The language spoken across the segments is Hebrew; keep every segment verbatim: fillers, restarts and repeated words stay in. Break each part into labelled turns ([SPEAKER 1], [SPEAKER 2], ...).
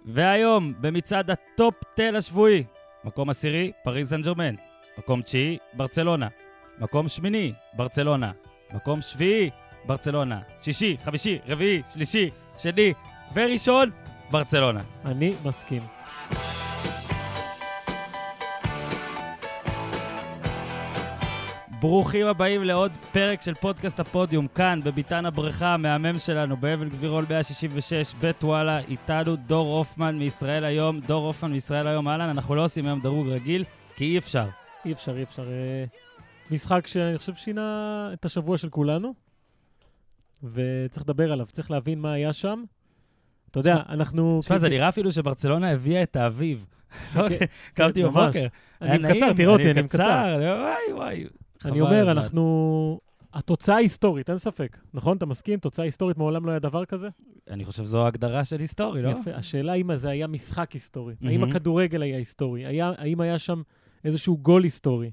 [SPEAKER 1] והיום, במצעד הטופ טל השבועי, מקום עשירי, פריז סן ז'רמן. מקום תשיעי, ברצלונה. מקום שמיני, ברצלונה. מקום שביעי, ברצלונה. שישי, חמישי, רביעי, שלישי, שני וראשון, ברצלונה.
[SPEAKER 2] אני מסכים.
[SPEAKER 1] ברוכים הבאים לעוד פרק של פודקאסט הפודיום, כאן בביתן הבריכה המהמם שלנו, באבן גבירול מאה שישים ושש, בית וואלה, איתנו דור הופמן מישראל היום. דור הופמן מישראל היום, אהלן, אנחנו לא עושים היום דירוג רגיל, כי אי אפשר.
[SPEAKER 2] אי אפשר, אי אפשר. משחק שאני חושב שינה את השבוע של כולנו, וצריך לדבר עליו, צריך להבין מה היה שם. אתה יודע, אנחנו...
[SPEAKER 1] תשמע, זה נראה אפילו שברצלונה הביאה את האביב. קמתי בבוקר.
[SPEAKER 2] אני מקצר, תראה אותי, אני מקצר.
[SPEAKER 1] וואי וואי.
[SPEAKER 2] אני אומר, אנחנו... התוצאה היסטורית, אין ספק. נכון? אתה מסכים? תוצאה היסטורית מעולם לא היה דבר כזה?
[SPEAKER 1] אני חושב שזו ההגדרה של היסטורי, לא?
[SPEAKER 2] יפה. השאלה אם זה היה משחק היסטורי. האם הכדורגל היה היסטורי? האם היה שם איזשהו גול היסטורי?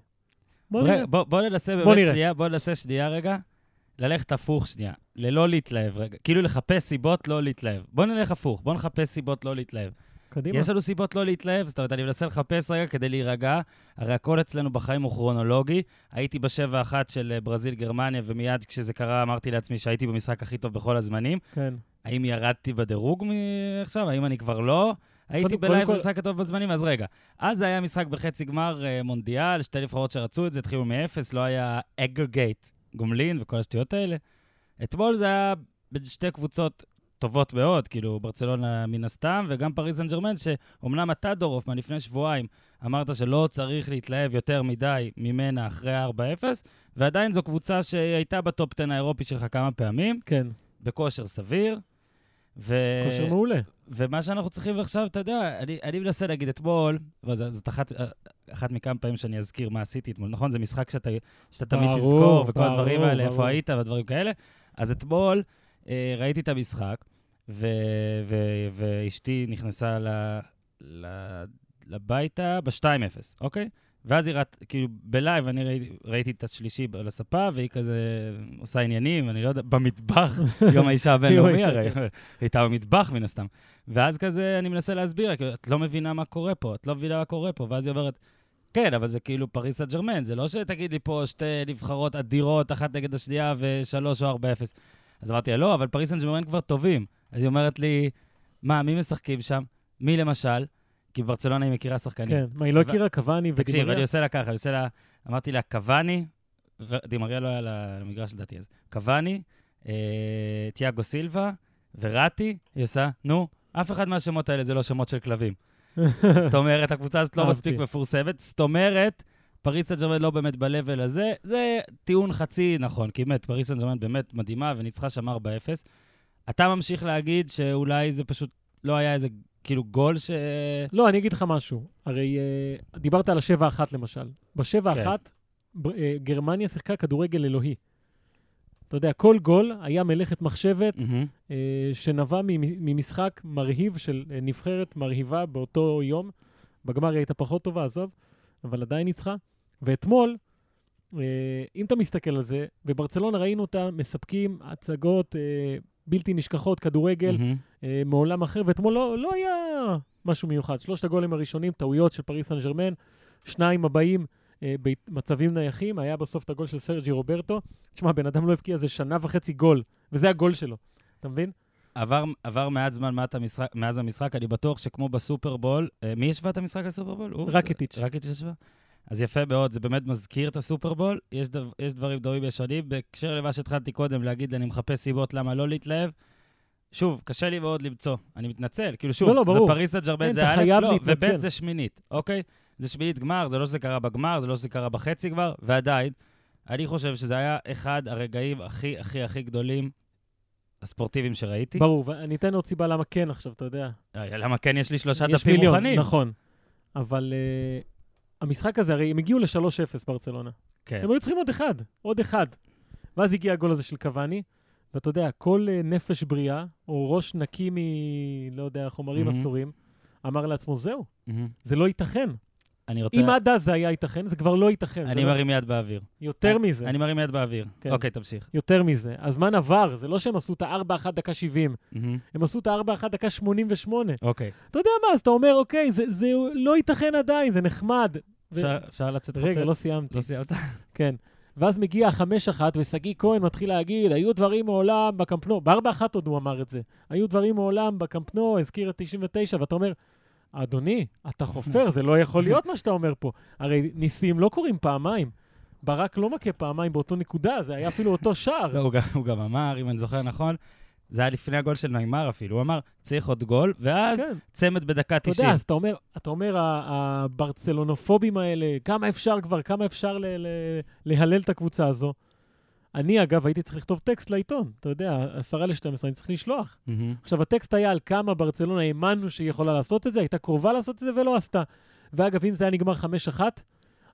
[SPEAKER 1] בוא ננסה באמת שנייה, בוא ננסה שנייה רגע. ללכת הפוך שנייה. ללא להתלהב רגע. כאילו לחפש סיבות לא להתלהב. בוא נלך הפוך. בוא נחפש סיבות לא להתלהב.
[SPEAKER 2] קדימה.
[SPEAKER 1] יש לנו סיבות לא להתלהב, זאת אומרת, אני מנסה לחפש רגע כדי להירגע, הרי הכל אצלנו בחיים הוא כרונולוגי, הייתי בשבע אחת של ברזיל גרמניה, ומיד כשזה קרה אמרתי לעצמי שהייתי במשחק הכי טוב בכל הזמנים.
[SPEAKER 2] כן.
[SPEAKER 1] האם ירדתי בדירוג מעכשיו? האם אני כבר לא? הייתי בלייב במשחק הטוב בזמנים, אז רגע. אז זה היה משחק בחצי גמר מונדיאל, שתי נבחרות שרצו את זה, התחילו מאפס, לא היה אגרגייט, גומלין וכל השטויות האלה. אתמול זה היה בין שתי קבוצות טובות מאוד, כאילו ברצלונה מן הסתם, וגם פריז סן ז'רמן, שאומנם אתה דור הופמן לפני שבועיים, אמרת שלא צריך להתלהב יותר מדי ממנה אחרי ארבע אפס, ועדיין זו קבוצה שהייתה בטופ עשר האירופי שלך כמה פעמים,
[SPEAKER 2] כן.
[SPEAKER 1] בכושר סביר. ו...
[SPEAKER 2] כושר מעולה.
[SPEAKER 1] ומה שאנחנו צריכים עכשיו, אתה יודע, אני, אני מנסה להגיד אתמול, זאת אחת, אחת מכמה פעמים שאני אזכיר מה עשיתי אתמול, נכון? זה משחק שאתה, שאתה תמיד תזכור, וכל ברור, הדברים האלה, ברור. איפה היית ודברים כאלה. אז אתמול אה, ראיתי את המשחק, ו- ו- ואשתי נכנסה ל- ל- לביתה ב-שתיים אפס, אוקיי? ואז היא ראת, כאילו, בלייב אני ראיתי, ראיתי את השלישי על הספה, והיא כזה עושה עניינים, אני לא יודע, במטבח, יום האישה הבינלאומי, הרי, הייתה במטבח מן הסתם. ואז כזה אני מנסה להסביר, כאילו, את לא מבינה מה קורה פה, את לא מבינה מה קורה פה, ואז היא אומרת, כן, אבל זה כאילו פריז סן ז'רמן, זה לא שתגיד לי פה שתי נבחרות אדירות, אחת נגד השנייה ושלוש או ארבע אפס. אז אמרתי, לא, אבל פריז סן ז'רמן כבר טובים. אז היא אומרת לי, מה, מי משחקים שם? מי למשל? כי בברצלונה היא מכירה שחקנים.
[SPEAKER 2] כן, מה, היא לא הכירה קוואני ודימריה?
[SPEAKER 1] תקשיב, אני עושה לה ככה, אני עושה לה, אמרתי לה, קוואני, דימריה לא היה למגרש לדעתי אז, קוואני, תיאגו סילבה וראטי, היא עושה, נו, אף אחד מהשמות האלה זה לא שמות של כלבים. זאת אומרת, הקבוצה הזאת לא מספיק מפורסמת, זאת אומרת, פריז סן ז'רמן לא באמת ב-level הזה, זה טיעון חצי נכון, כי באמת, פריז סן ז'רמן באמת מדהימה וניצחה שם ארבע אפס. אתה ממשיך להגיד שאולי זה פשוט לא היה איזה כאילו גול ש...
[SPEAKER 2] לא, אני אגיד לך משהו. הרי uh, דיברת על השבע אחת למשל. בשבע אחת, כן. uh, גרמניה שיחקה כדורגל אלוהי. אתה יודע, כל גול היה מלאכת מחשבת mm-hmm. uh, שנבע ממשחק מרהיב של uh, נבחרת מרהיבה באותו יום. בגמר היא הייתה פחות טובה, עזוב, אבל עדיין ניצחה. ואתמול, uh, אם אתה מסתכל על זה, בברצלונה ראינו אותה מספקים הצגות... Uh, בלתי נשכחות, כדורגל, mm-hmm. אה, מעולם אחר, ואתמול לא, לא היה משהו מיוחד. שלושת הגולים הראשונים, טעויות של פריז סן ז'רמן, שניים הבאים אה, במצבים נייחים, היה בסוף את הגול של סרג'י רוברטו. תשמע, בן אדם לא הבקיע איזה שנה וחצי גול, וזה הגול שלו. אתה מבין?
[SPEAKER 1] עבר, עבר מעט זמן מעט המשחק, מאז המשחק, אני בטוח שכמו בסופרבול, אה, מי ישבה את המשחק לסופרבול?
[SPEAKER 2] רקיטיץ'.
[SPEAKER 1] רקיטיץ' ישבה? אז יפה מאוד, זה באמת מזכיר את הסופרבול, יש, דו, יש דברים דומים ישנים, בהקשר למה שהתחלתי קודם להגיד, אני מחפש סיבות למה לא להתלהב, שוב, קשה לי מאוד למצוא, אני מתנצל, כאילו שוב,
[SPEAKER 2] לא, לא,
[SPEAKER 1] זה פריז סן ז'רמן, זה א', לא, וב' זה שמינית, אוקיי? זה שמינית גמר, זה לא שזה קרה בגמר, זה לא שזה קרה בחצי כבר, ועדיין, אני חושב שזה היה אחד הרגעים הכי, הכי, הכי גדולים, הספורטיביים שראיתי.
[SPEAKER 2] ברור, ואני אתן עוד סיבה למה כן עכשיו, אתה יודע.
[SPEAKER 1] למה כן יש לי שלושה דפים מוכנים.
[SPEAKER 2] נכון, אבל... המשחק הזה, הרי הם הגיעו ל-שלוש אפס ברצלונה.
[SPEAKER 1] כן.
[SPEAKER 2] הם היו צריכים עוד אחד, עוד אחד. ואז הגיע הגול הזה של קוואני, ואתה יודע, כל uh, נפש בריאה, או ראש נקי מ... לא יודע, חומרים mm-hmm. אסורים, אמר לעצמו, זהו, mm-hmm. זה לא ייתכן.
[SPEAKER 1] אני רוצה...
[SPEAKER 2] אם עד אז זה היה ייתכן, זה כבר לא ייתכן.
[SPEAKER 1] אני מרים יד באוויר.
[SPEAKER 2] יותר מזה.
[SPEAKER 1] אני מרים יד באוויר. אוקיי, תמשיך.
[SPEAKER 2] יותר מזה. הזמן עבר, זה לא שהם עשו את ה-ארבע אחת דקה שבעים. הם עשו את ה-ארבע אחת דקה שמונים ושמונה.
[SPEAKER 1] אוקיי.
[SPEAKER 2] אתה יודע מה, אז אתה אומר, אוקיי, זה לא ייתכן עדיין, זה נחמד.
[SPEAKER 1] אפשר לצאת חוצץ?
[SPEAKER 2] רגע, לא סיימתי.
[SPEAKER 1] לא סיימת?
[SPEAKER 2] כן. ואז מגיע החמש אחת, וסגי כהן מתחיל להגיד, היו דברים מעולם בקמפנו, בארבע אחת עוד הוא אמר את זה, היו דברים מעולם בקמפנו, הזכיר את תשעים ותשע, ואתה אומר, אדוני, אתה חופר, זה לא יכול להיות מה שאתה אומר פה. הרי ניסים לא קוראים פעמיים. ברק לא מכה פעמיים באותו נקודה, זה היה אפילו אותו שער.
[SPEAKER 1] לא, הוא גם, הוא גם אמר, אם אני זוכר נכון, זה היה לפני הגול של ניימר אפילו, הוא אמר, צריך עוד גול, ואז כן. צמד בדקה תשעים.
[SPEAKER 2] אתה יודע, אז אתה אומר, אתה אומר, הברצלונופובים האלה, כמה אפשר כבר, כמה אפשר ל- ל- להלל את הקבוצה הזו. אני, אגב, הייתי צריך לכתוב טקסט לעיתון, אתה יודע, עשרה לשתים עשרה, אני צריך לשלוח. Mm-hmm. עכשיו, הטקסט היה על כמה ברצלונה האמנו שהיא יכולה לעשות את זה, הייתה קרובה לעשות את זה ולא עשתה. ואגב, אם זה היה נגמר חמש אחת,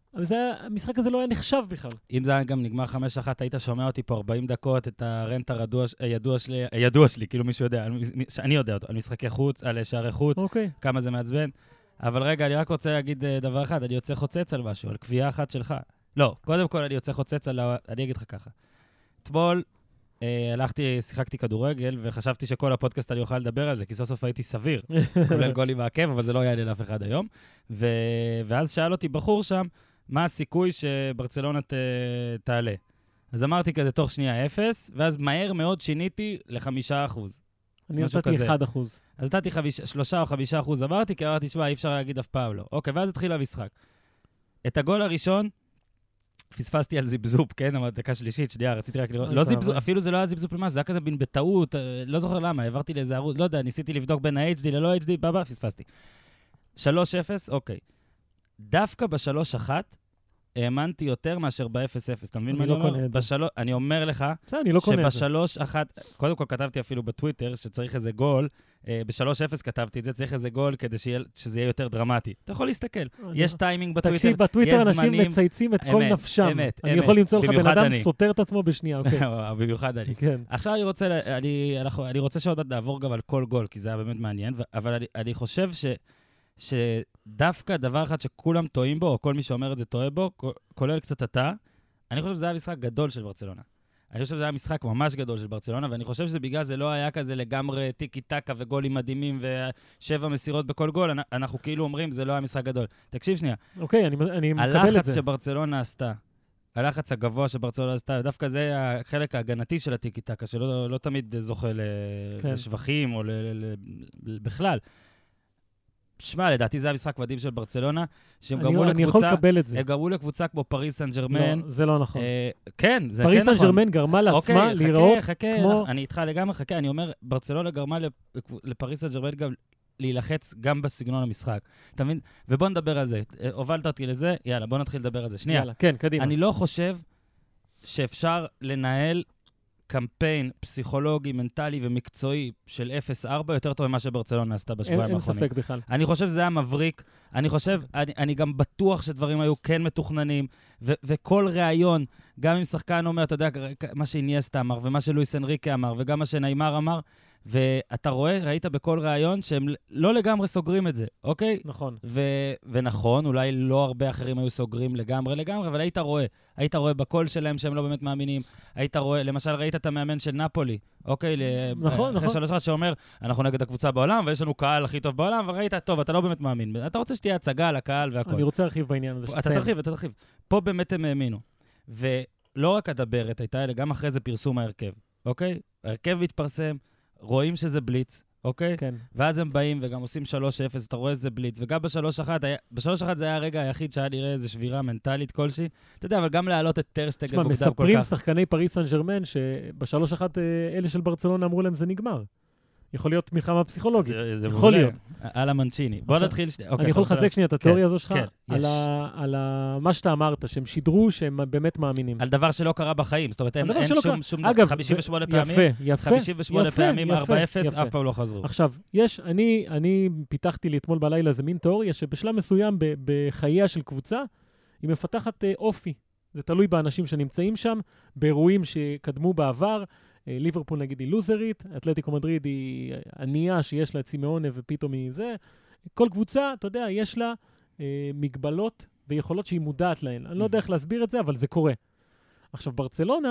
[SPEAKER 2] המשחק הזה לא היה נחשב בכלל.
[SPEAKER 1] אם זה היה גם נגמר חמש אחת, היית שומע אותי פה ארבעים דקות, את הרנטר הידוע שלי, הידוע שלי, כאילו מישהו יודע, אני יודע אותו, על משחקי חוץ, על שערי חוץ,
[SPEAKER 2] אוקיי.
[SPEAKER 1] כמה זה מעצבן. אבל רגע, אני רק רוצה להגיד דבר אחד, אני יוצא חוצץ על משהו, על קביעה אחת שלך. לא, קודם כל אני יוצא חוצץ על... אני אגיד לך ככה. אתמול אה, הלכתי, שיחקתי כדורגל, וחשבתי שכל הפודקאסט אני אוכל לדבר על זה, כי סוף סוף הייתי סביר, כולל גולים מהעקב, אבל זה לא יעלה לאף אחד היום. ו... ואז שאל אותי בחור שם, מה הסיכוי שברצלונה ת... תעלה? אז אמרתי כזה תוך שנייה אפס, ואז מהר מאוד שיניתי לחמישה אחוז.
[SPEAKER 2] אני נתתי אחד אחוז.
[SPEAKER 1] אז נתתי חמיש... שלושה או חמישה אחוז עברתי, כי אמרתי, שמה, אי אפשר להגיד אף פעם לא. אוקיי, ואז התחיל המשחק. את הגול הראשון, פספסתי על זיבזופ, כן? אמרת, דקה שלישית, שנייה, רציתי רק לראות. לא זיבזופ, אפילו זה לא היה זיבזופ למשהו, זה היה כזה בין בטעות, לא זוכר למה, העברתי לאיזה ערוץ, לא יודע, ניסיתי לבדוק בין ה-אייץ' די ללא אייץ' די, בבא, פספסתי. שלוש אפס, אוקיי. דווקא בשלוש אחת, האמנתי יותר מאשר ב-אפס אפס. אתה מבין מה אני אומר? בשלוש, אני אומר לך, שבשלוש אחת, קודם כל כתבתי אפילו בטוויטר, שצריך איזה גול, ב-שלוש אפס כתבתי את זה, צריך איזה גול כדי שזה יהיה יותר דרמטי. אתה יכול להסתכל. יש טיימינג בטוויטר, יש זמנים.
[SPEAKER 2] תקשיב, בטוויטר אנשים מצייצים את כל נפשם. אני יכול למצוא לך בן אדם סותר את עצמו בשנייה, אוקיי.
[SPEAKER 1] במיוחד אני. עכשיו אני רוצה, אני רוצה שעוד נעבור גם על כל גול, כי זה היה באמת מעניין, אבל אני חושב ש... שדווקא דבר אחד שכולם טועים בו, או כל מי שאומר את זה טועה בו, כולל קצת אתה, אני חושב שזה היה משחק גדול של ברצלונה. אני חושב שזה היה משחק ממש גדול של ברצלונה, ואני חושב שזה בגלל זה לא היה כזה לגמרי טיקי-טקה וגולים מדהימים ושבע מסירות בכל גול, אנחנו כאילו אומרים, זה לא היה משחק גדול. תקשיב שנייה.
[SPEAKER 2] אוקיי, אני, אני מקבל את זה.
[SPEAKER 1] הלחץ שברצלונה עשתה, הלחץ הגבוה שברצלונה עשתה, דווקא זה החלק ההגנתי של הטיקי-טקה, שלא לא תמיד זוכה כן. לשבחים או ל, ל, ל, בכלל. שמע, לדעתי זה המשחק מדהים של ברצלונה, שהם גרמו לקבוצה...
[SPEAKER 2] אני יכול לקבל את זה.
[SPEAKER 1] הם גרמו לקבוצה כמו פריס סן ג'רמן.
[SPEAKER 2] לא, זה לא נכון.
[SPEAKER 1] אה, כן, זה כן
[SPEAKER 2] נכון.
[SPEAKER 1] פריס
[SPEAKER 2] סן ג'רמן גרמה לעצמה לראות כמו...
[SPEAKER 1] אני איתך לגמרי, חכה, אני אומר, ברצלונה גרמה לפריס סן ג'רמן גם להילחץ גם בסגנון המשחק. אתה מבין? ובוא נדבר על זה. הובלת אותי לזה, יאללה, בוא נתחיל לדבר על זה. שנייה.
[SPEAKER 2] יאללה, כן, קדימה.
[SPEAKER 1] אני לא חושב שאפשר לנהל קמפיין פסיכולוגי, מנטלי ומקצועי של אפס ארבע יותר טוב ממה שברצלונה עשתה בשבועיים האחרונים.
[SPEAKER 2] אין ספק בכלל.
[SPEAKER 1] אני חושב שזה היה מבריק. אני חושב, אני, אני גם בטוח שדברים היו כן מתוכננים, ו- וכל ראיון, גם אם שחקן אומר, אתה יודע, מה שאיניאסטה אמר, ומה שלואיס אנריקה אמר, וגם מה שניימר אמר, ואתה רואה, ראית בכל ראיון שהם לא לגמרי סוגרים את זה, אוקיי?
[SPEAKER 2] נכון.
[SPEAKER 1] ו- ונכון, אולי לא הרבה אחרים היו סוגרים לגמרי לגמרי, אבל היית רואה, היית רואה בקול שלהם שהם לא באמת מאמינים, היית רואה, למשל ראית את המאמן של נפולי, אוקיי?
[SPEAKER 2] נכון,
[SPEAKER 1] אחרי שלוש אחת שאומר, אנחנו נגד הקבוצה בעולם, ויש לנו קהל הכי טוב בעולם, וראית, טוב, אתה לא באמת מאמין. אתה רוצה שתהיה הצגה לקהל והכל.
[SPEAKER 2] אני רוצה להרחיב בעניין הזה.
[SPEAKER 1] אתה תרחיב, אתה תרחיב. פה באמת הם האמינו. ולא רק הדברת הייתה, אלא גם אחרי זה פרסום ההרכב, אוקיי? ההרכב מתפרסם, רואים שזה בליץ, אוקיי?
[SPEAKER 2] כן.
[SPEAKER 1] ואז הם באים וגם עושים שלוש אפס, אתה רואה איזה בליץ, וגם בשלוש אחת, בשלוש אחת זה היה הרגע היחיד שהיה נראה איזו שבירה מנטלית כלשהי. אתה יודע, אבל גם להעלות את טרשטגן מוקדם כל כך.
[SPEAKER 2] מספרים שחקני פריס סן ג'רמן, שבשלוש אחת אלה של ברצלונה אמרו להם זה נגמר. יכול להיות מלחמה פסיכולוגית. יכול להיות.
[SPEAKER 1] על המנצ'יני. בוא נתחיל...
[SPEAKER 2] אני יכול לחזק שנייה את התיאוריה הזו שלך, על מה שאתה אמרת, שהם שידרו שהם באמת מאמינים.
[SPEAKER 1] על דבר שלא קרה בחיים. זאת אומרת, אין שום... חמישים ושמונה פעמים,
[SPEAKER 2] יפה, יפה.
[SPEAKER 1] חמישים ושמונה פעמים, ארבע אפס, אף פעם לא חזרו.
[SPEAKER 2] עכשיו, יש, אני פיתחתי לי אתמול בלילה איזה מין תיאוריה, שבשלב מסוים בחייה של קבוצה, היא מפתחת אופי. זה תלוי באנשים שנמצאים שם, באירועים שקדמו בעבר, ליברפול נגיד היא לוזרית, אתלטיקו מדריד היא ענייה שיש לה את סימאונה ופתאום היא זה. כל קבוצה, אתה יודע, יש לה אה, מגבלות ויכולות שהיא מודעת להן. אני לא יודע איך להסביר את זה, אבל זה קורה. עכשיו, ברצלונה,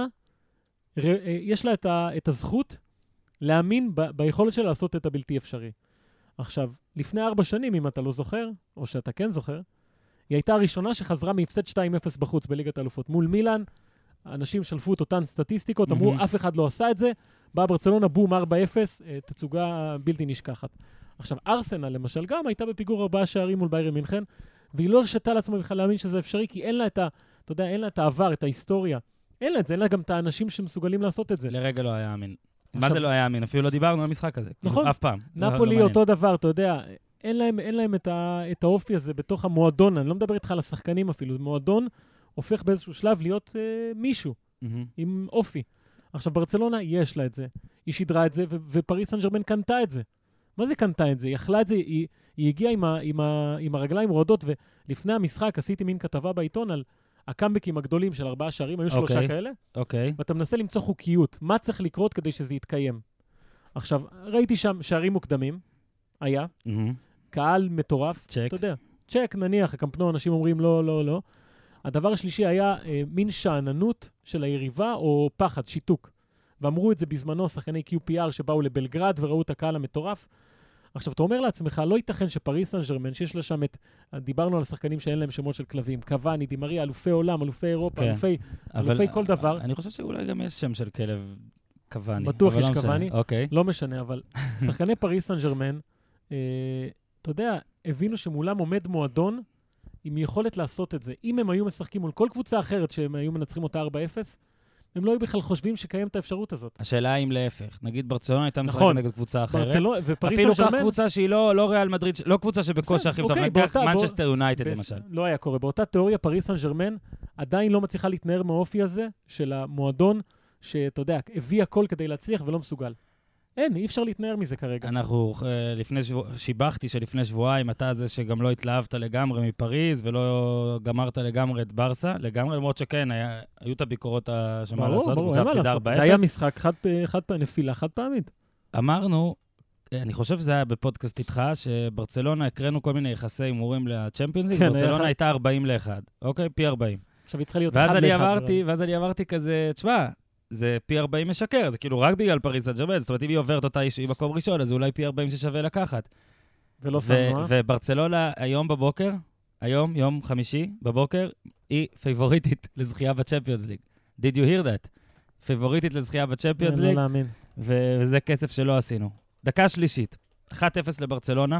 [SPEAKER 2] ר, אה, יש לה את, ה, את הזכות להאמין ב, ביכולת שלה לעשות את הבלתי אפשרי. עכשיו, לפני ארבע שנים, אם אתה לא זוכר, או שאתה כן זוכר, היא הייתה הראשונה שחזרה מהפסד שתיים אפס בחוץ בליגת האלופות. מול מילאן, אנשים שלפו את אותן סטטיסטיקות, אמרו, אף אחד לא עשה את זה, באה ברצלונה, בום, ארבע אפס, תצוגה בלתי נשכחת. עכשיו, ארסנל, למשל, גם הייתה בפיגור ארבעה שערים מול ביירן מינכן, והיא לא הרשתה לעצמה בכלל להאמין שזה אפשרי, כי אין לה את ה, אתה יודע, אין לה את העבר, את ההיסטוריה. אין לה את זה, אין לה גם את האנשים שמסוגלים לעשות את זה.
[SPEAKER 1] לרגע לא היה אמין. מה זה לא היה אמין? אפילו לא דיברנו על המשחק הזה.
[SPEAKER 2] נכון.
[SPEAKER 1] אף פעם.
[SPEAKER 2] נפולי אותו דבר, אתה יודע, אין להם, אין להם את, ה, את האופי הזה בתוך המועדון, אני לא מדבר איתך על השחקנים אפילו, מועדון הופך באיזשהו שלב להיות אה, מישהו mm-hmm. עם אופי. עכשיו, ברצלונה יש לה את זה, היא שידרה את זה, ו- ופריס סן ז'רמן קנתה את זה. מה זה קנתה את זה? היא יכלה את זה, היא, היא הגיעה עם, ה, עם, ה, עם הרגליים רועדות, ולפני המשחק עשיתי מין כתבה בעיתון על הקאמבקים הגדולים של ארבעה שערים, היו שלושה
[SPEAKER 1] okay.
[SPEAKER 2] כאלה,
[SPEAKER 1] okay.
[SPEAKER 2] ואתה מנסה למצוא חוקיות. מה צריך לקרות כדי שזה יתקיים? עכשיו, ראיתי שם שערים מוקדמים, היה, mm-hmm. קהל מטורף,
[SPEAKER 1] צ'ק.
[SPEAKER 2] אתה יודע, צ'ק נניח, הקמפנו, אנשים אומרים לא, לא, לא. הדבר השלישי היה אה, מין שעננות של היריבה או פחד, שיתוק. ואמרו את זה בזמנו שחקני קיו פי אר שבאו לבלגרד וראו את הקהל המטורף. עכשיו, אתה אומר לעצמך, לא ייתכן שפריס סן ז'רמן, שיש לה שם את, דיברנו על השחקנים שאין להם שמות של כלבים, קוואני, דימריה, אלופי עולם, אלופי אירופה, okay. אלופי, אבל, אלופי כל דבר.
[SPEAKER 1] אני חושב שאולי גם יש שם של כלב קוואני.
[SPEAKER 2] בטוח יש לא קוואני,
[SPEAKER 1] okay.
[SPEAKER 2] לא משנה, אבל שחקני פריס סן ז'רמן, אה, אתה יודע, הבינו שמולם עומד מועדון עם יכולת לעשות את זה. אם הם היו משחקים מול כל קבוצה אחרת שהם היו מנצחים אותה ארבע אפס, הם לא היו בכלל חושבים שקיים את האפשרות הזאת.
[SPEAKER 1] השאלה היא אם להפך. נגיד ברצלונה הייתה משחקת
[SPEAKER 2] נכון,
[SPEAKER 1] נגד קבוצה אחרת.
[SPEAKER 2] ברצלונה, ופריס
[SPEAKER 1] אפילו
[SPEAKER 2] סן
[SPEAKER 1] כך
[SPEAKER 2] ז'רמן...
[SPEAKER 1] קבוצה שהיא לא, לא ריאל מדריד, לא קבוצה שבקושי הכי טוב. נגיד מנצ'סטר יונייטד למשל.
[SPEAKER 2] לא היה קורה. באותה תיאוריה, פריס סן ז'רמן עדיין לא מצליחה להתנער מהאופי הזה של המועדון, שאתה יודע, הביא הכל כדי להצליח ולא מסוגל. אין, אי אפשר להתנער מזה כרגע.
[SPEAKER 1] אנחנו, לפני שבוע, שיבחתי שלפני שבועיים, אתה זה שגם לא התלהבת לגמרי מפריז, ולא גמרת לגמרי את ברסה, לגמרי, למרות שכן, היה, היו את הביקורות שמה לעשות, קבוצה הפסידה ארבע אפס.
[SPEAKER 2] זה היה משחק חד, חד פעם, נפילה חד פעמית.
[SPEAKER 1] אמרנו, אני חושב שזה היה בפודקאסט איתך, שברצלונה הקראנו כל מיני יחסי הימורים לצ'מפיונס ליג, ברצלונה הייתה ארבעים לאחד, אוקיי? פי ארבעים.
[SPEAKER 2] עכשיו היא צריכה להיות אחד לאחד.
[SPEAKER 1] ואז אני עברתי כזה, תשמע, זה פי ארבעים משקר, זה כאילו רק בגלל פריס סן ז'רמן, זאת אומרת, אם היא עוברת אותה היא מקום ראשון, אז זה אולי פי ארבעים ששווה לקחת.
[SPEAKER 2] ולא שמנו, אה?
[SPEAKER 1] וברצלונה היום בבוקר, היום, יום חמישי בבוקר, היא פייבוריטית לזכייה בצ'מפיונס ליג. Did you hear that? פייבוריטית לזכייה בצ'מפיונס ליג,
[SPEAKER 2] לא להאמין.
[SPEAKER 1] וזה כסף שלא עשינו. דקה שלישית, אחת אפס לברצלונה,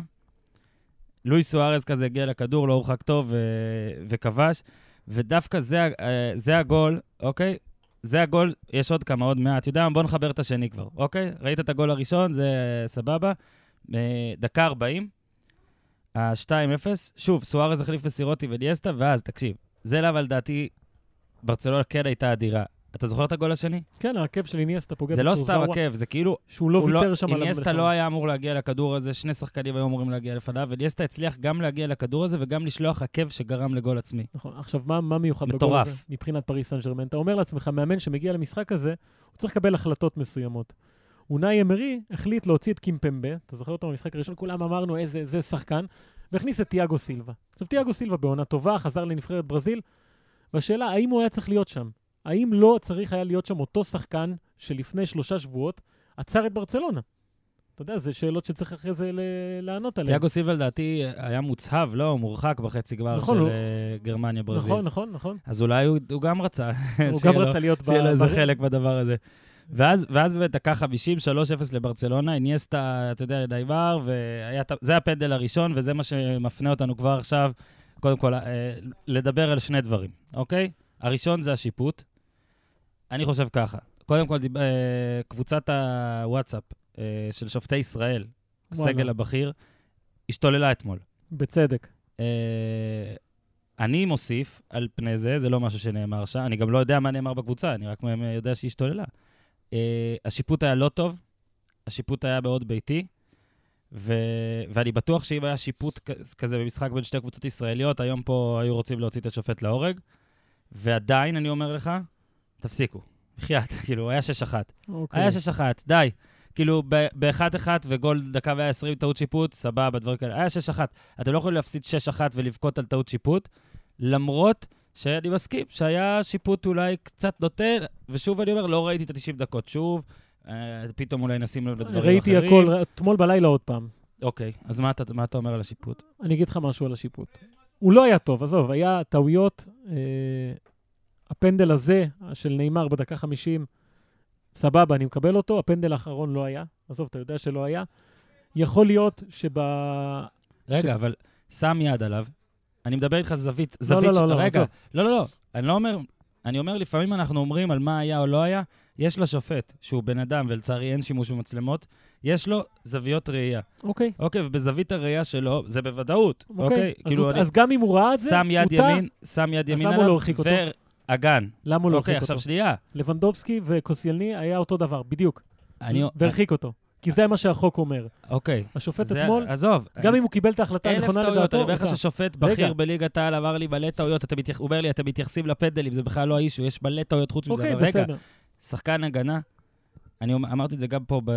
[SPEAKER 1] לואי סוארז כזה הגיע לכדור, לא הורחק טוב וכבש, ודווקא זה הגול, אוקיי? זה הגול, יש עוד כמה, עוד מעט. יודע, בוא נחבר את השני כבר, אוקיי? ראית את הגול הראשון, זה סבבה. דקה ארבעים, ה-שתיים אפס. שוב, סוארז החליף בסירוטי וניאסטה, ואז, תקשיב, זה למה לדעתי, ברצלונה כן הייתה אדירה. אתה זוכר את הגול השני?
[SPEAKER 2] כן, העקב של איניאסטה פוגע.
[SPEAKER 1] זה לא סתם עקב, זה כאילו...
[SPEAKER 2] שהוא לא ויתר שם עליו.
[SPEAKER 1] איניאסטה לא היה אמור להגיע לכדור הזה, שני שחקנים היו אמורים להגיע לפניו, ואיניאסטה הצליח גם להגיע לכדור הזה, וגם לשלוח עקב שגרם לגול עצמי.
[SPEAKER 2] נכון, עכשיו, מה, מה מיוחד בגול הזה? מבחינת פריס סן ז'רמן, אתה אומר לעצמך, מאמן שמגיע למשחק הזה, הוא צריך לקבל החלטות מסוימות. אונאי אמרי החליט להוציא את קימפמבה, אתה זוכר אותו במשחק הראשון, כולם אמרנו איזה, זה שחקן, והכניס את תיאגו סילבה. עכשיו, תיאגו סילבה בעונה טובה, חזר לנבחרת ברזיל, והשאלה, האם הוא היה צריך להיות שם? האם לא צריך היה להיות שם אותו שחקן שלפני שלושה שבועות עצר את ברצלונה? אתה יודע, זה שאלות שצריך אחרי זה לענות עליהן.
[SPEAKER 1] תיאגו סילבה לדעתי היה מוצהב, לא, הוא מורחק בחצי גמר
[SPEAKER 2] נכון,
[SPEAKER 1] של
[SPEAKER 2] הוא...
[SPEAKER 1] גרמניה ברזיל.
[SPEAKER 2] נכון, נכון, נכון.
[SPEAKER 1] אז אולי הוא, הוא גם רצה.
[SPEAKER 2] הוא גם רצה להיות...
[SPEAKER 1] שיהיה לו איזה חלק בדבר הזה. ואז, ואז באמת דקה חמישים, שלוש אפס לברצלונה, איניאסטה, אתה יודע, דייבר, וזה הפנדל הראשון, וזה מה שמפנה אותנו כבר עכשיו, קודם כל, לדבר על שני דברים, אוקיי? הראשון זה השיפוט. אני חושב ככה. קודם כל, דיב... קבוצת הוואטסאפ של שופטי ישראל, הסגל הבכיר, השתוללה אתמול.
[SPEAKER 2] בצדק.
[SPEAKER 1] אני מוסיף על פני זה, זה לא משהו שנאמר שם, אני גם לא יודע מה נאמר בקבוצה, אני רק יודע שהיא השתוללה. השיפוט היה לא טוב, השיפוט היה מאוד ביתי, ו... ואני בטוח שאם היה שיפוט כזה במשחק בין שתי קבוצות ישראליות, היום פה היו רוצים להוציא את השופט להורג, ועדיין אני אומר לך, תפסיקו, בחייאת, כאילו, היה שש אחת. Okay. היה שש אחת, די. כאילו, ב-אחת אחת וגול דקה ועשרים טעות שיפוט, סבבה, דברים כאלה. היה שש אחת. אתם לא יכולים להפסיד שש אחת ולבכות על טעות שיפוט, למרות שאני מסכים שהיה שיפוט אולי קצת נוטה, ושוב אני אומר, לא ראיתי את ה-תשעים דקות. שוב, פתאום אולי נשים לב לדברים
[SPEAKER 2] ראיתי
[SPEAKER 1] אחרים.
[SPEAKER 2] הכל, אתמול בלילה עוד פעם.
[SPEAKER 1] אוקיי, אז מה אתה, מה אתה אומר על השיפוט?
[SPEAKER 2] אני אגיד לך משהו על השיפוט. הוא לא היה טוב, עזוב, היה טעויות. אה, הפנדל הזה של נאמר בדקה חמישים, סבבה, אני מקבל אותו, הפנדל האחרון לא היה. עזוב, אתה יודע שלא היה. יכול להיות שב...
[SPEAKER 1] רגע,
[SPEAKER 2] ש...
[SPEAKER 1] אבל שם יד עליו. אני מדבר איתך זווית,
[SPEAKER 2] לא,
[SPEAKER 1] זווית...
[SPEAKER 2] לא,
[SPEAKER 1] ש...
[SPEAKER 2] לא, לא,
[SPEAKER 1] רגע,
[SPEAKER 2] עזוב.
[SPEAKER 1] לא, לא, לא. אני לא אומר... אני אומר, לפעמים אנחנו אומרים על מה היה או לא היה, יש לשופט, שהוא בן אדם, ולצערי אין שימוש במצלמות, יש לו זוויות ראייה.
[SPEAKER 2] אוקיי.
[SPEAKER 1] אוקיי, ובזווית הראייה שלו, זה בוודאות.
[SPEAKER 2] אוקיי.
[SPEAKER 1] אוקיי?
[SPEAKER 2] אז,
[SPEAKER 1] כאילו
[SPEAKER 2] הוא...
[SPEAKER 1] אני...
[SPEAKER 2] אז גם אם הוא ראה את זה,
[SPEAKER 1] שם יד
[SPEAKER 2] הוא
[SPEAKER 1] ימין, שם יד ימין
[SPEAKER 2] למה הוא
[SPEAKER 1] עליו,
[SPEAKER 2] לא הרחיק אותו?
[SPEAKER 1] והגן.
[SPEAKER 2] למה הוא לא
[SPEAKER 1] אוקיי,
[SPEAKER 2] הרחיק
[SPEAKER 1] עכשיו
[SPEAKER 2] אותו?
[SPEAKER 1] שנייה.
[SPEAKER 2] לבנדובסקי וקוסיאלני היה אותו דבר, בדיוק.
[SPEAKER 1] אני...
[SPEAKER 2] והרחיק אותו. כי זה מה שהחוק אומר.
[SPEAKER 1] אוקיי.
[SPEAKER 2] השופט
[SPEAKER 1] זה...
[SPEAKER 2] אתמול,
[SPEAKER 1] עזוב.
[SPEAKER 2] גם אני... אם הוא קיבל את ההחלטה הנכונה לדעתו,
[SPEAKER 1] אלף טעויות, אני אומר לך ששופט בכיר בליגת העל אמר לי מלא טעויות, הוא אומר לי, אתם מתייחסים לפנדלים, זה בכלל לא האישו, יש מלא טעויות חוץ מזה, אבל רגע, שחקן הגנה, אני אמרתי את זה גם פה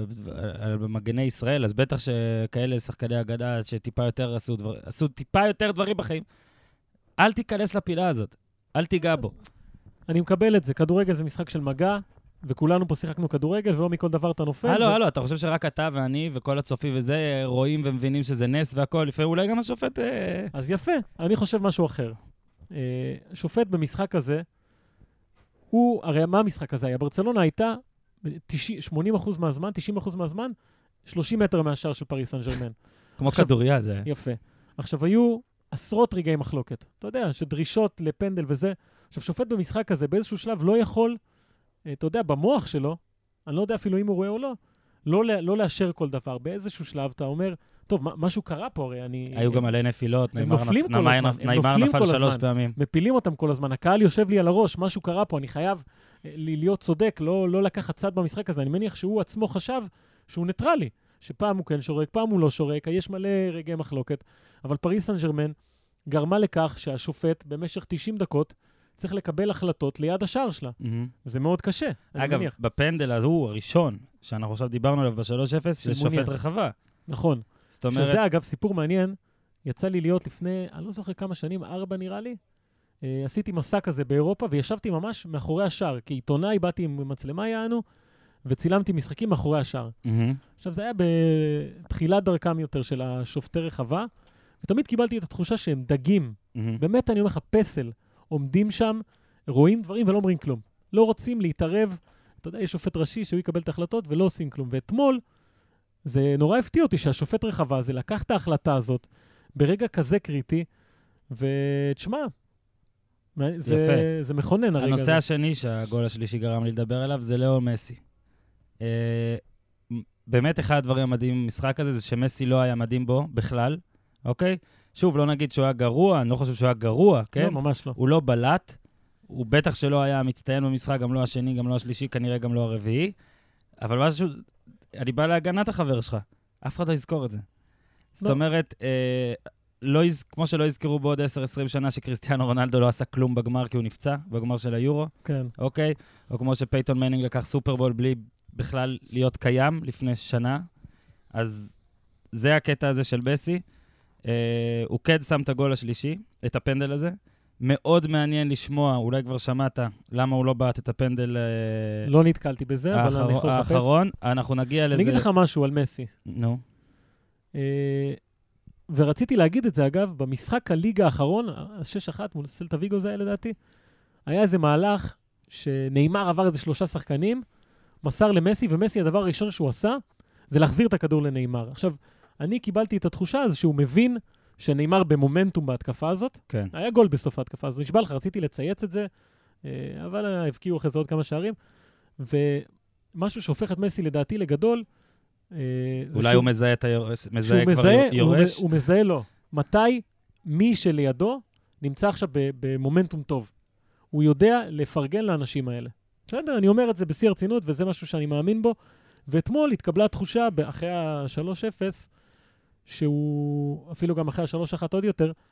[SPEAKER 1] במגני ישראל, אז בטח שכאלה שחקני הגנה שטיפה יותר עשו, דבר, עשו טיפה יותר דברים בחיים, אל תיכנס לפינה הזאת, אל תיגע בו.
[SPEAKER 2] אני מקבל את זה, כדורגל זה משחק של מגע, וכולנו פה שיחקנו כדורגל, ולא מכל דבר אתה נופל.
[SPEAKER 1] הלו, הלו, אתה חושב שרק אתה ואני וכל הצופים וזה רואים ומבינים שזה נס והכל, לפעמים אולי גם השופט...
[SPEAKER 2] אז יפה, אני חושב משהו אחר. שופט במשחק הזה, הוא, הרי מה המשחק הזה היה? ברצלונה הייתה שמונים אחוז מהזמן, תשעים אחוז מהזמן, שלושים מטר מהשאר של פריס סן ז'רמן.
[SPEAKER 1] כמו כדוריה זה.
[SPEAKER 2] יפה. עכשיו, היו עשרות רגעי מחלוקת. אתה יודע, שדרישות לפנדל וזה. עכשיו, שופט במשחק הזה באיזשהו שלב לא יכול, אתה יודע, במוח שלו, אני לא יודע אפילו אם הוא רואה או לא, לא, לא לאשר כל דבר. באיזשהו שלב אתה אומר, טוב, משהו קרה פה, הרי אני...
[SPEAKER 1] היו גם עלי נפילות, נאמר נפל שלוש פעמים.
[SPEAKER 2] מפילים אותם כל הזמן, הקהל יושב לי על הראש, משהו קרה פה, אני חייב להיות צודק, לא, לא לקחת צד במשחק הזה. אני מניח שהוא עצמו חשב שהוא ניטרלי, שפעם הוא כן שורק, פעם הוא לא שורק, יש מלא רגעי מחלוקת, אבל פריס סן ז'רמן גרמה לכך שהשופט במשך תשעים דקות צריך לקבל החלטות ליד השער שלה. Mm-hmm. זה מאוד קשה, אני
[SPEAKER 1] אגב,
[SPEAKER 2] מניח.
[SPEAKER 1] בפנדל הוא הראשון, שאנחנו עכשיו דיברנו עליו ב-שלוש אפס, זה שופט רחבה.
[SPEAKER 2] נכון.
[SPEAKER 1] זאת אומרת...
[SPEAKER 2] שזה אגב סיפור מעניין, יצא לי להיות לפני, אני לא זוכר כמה שנים, ארבע נראה לי, אה, עשיתי מסע כזה באירופה, וישבתי ממש מאחורי השער, כעיתונאי באתי עם מצלמה יענו, וצילמתי משחקים מאחורי השער. Mm-hmm. עכשיו, זה היה בתחילת דרכם יותר של השופטי רחבה, ותמיד קיבלתי את התחושה שהם דגים. Mm-hmm. באמת, אני אומר לך, פסל, עומדים שם, רואים דברים ולא אומרים כלום. לא רוצים להתערב, אתה יודע, יש שופט ראשי שהוא יקבל את ההחלטות ולא עושים כלום. ואתמול, זה נורא הפתיע אותי שהשופט רחבה הזה לקח את ההחלטה הזאת ברגע כזה קריטי, ותשמע, זה, זה מכונן הרגע הזה.
[SPEAKER 1] הנושא השני שהגול השלישי גרם לי לדבר עליו זה לאו מסי. אה, באמת אחד הדברים המדהים במשחק הזה זה שמסי לא היה מדהים בו בכלל, אוקיי? שוב, לא נגיד שהוא היה גרוע, אני לא חושב שהוא היה גרוע, כן?
[SPEAKER 2] לא, ממש לא.
[SPEAKER 1] הוא לא בלט, הוא בטח שלא היה מצטיין במשחק, גם לא השני, גם לא השלישי, כנראה גם לא הרביעי, אבל משהו, אני בא להגנת החבר שלך, אף אחד לא יזכור את זה. זאת לא. אומרת, אה, לא יז... כמו שלא יזכרו בעוד עשר עשרים שנה שקריסטיאנו רונלדו לא עשה כלום בגמר כי הוא נפצע, בגמר של היורו,
[SPEAKER 2] כן.
[SPEAKER 1] אוקיי? או כמו שפייטון מנינג לקח סופרבול בלי בכלל להיות קיים לפני שנה, אז זה הקטע הזה של בסי. אה, הוא כן שם את הגול השלישי, את הפנדל הזה. מאוד מעניין לשמוע, אולי כבר שמעת, למה הוא לא בעט את הפנדל... אה,
[SPEAKER 2] לא נתקלתי בזה, האחר... אבל אני יכול לחפש.
[SPEAKER 1] האחרון, אנחנו נגיע לזה...
[SPEAKER 2] אני אגיד לך משהו על מסי.
[SPEAKER 1] נו.
[SPEAKER 2] אה, ורציתי להגיד את זה, אגב, במשחק הליגה האחרון, שש אחת מול סלטה ויגו זה היה לדעתי, היה איזה מהלך שנאמר עבר איזה שלושה שחקנים, מסר למסי, ומסי הדבר הראשון שהוא עשה, זה להחזיר את הכדור לנאמר. עכשיו, אני קיבלתי את התחושה הזו שהוא מבין שנאמר במומנטום בהתקפה הזאת.
[SPEAKER 1] כן. היה
[SPEAKER 2] גול בסוף ההתקפה הזו. נשבע לך, רציתי לצייץ את זה, אבל הבקיעו אחרי זה עוד כמה שערים. ומשהו שהופך את מסי לדעתי לגדול,
[SPEAKER 1] אולי הוא מזהה את היורש, מזהה כבר יורש?
[SPEAKER 2] הוא מזהה לו. מתי מי שלידו נמצא עכשיו במומנטום טוב? הוא יודע לפרגן לאנשים האלה. בסדר, אני אומר את זה בשיא הרצינות, וזה משהו שאני מאמין בו. ואתמול התקבלה תחושה, אחרי ה-שלוש אפס, שהוא, אפילו גם אחרי ה-שלוש אחת עוד יותר,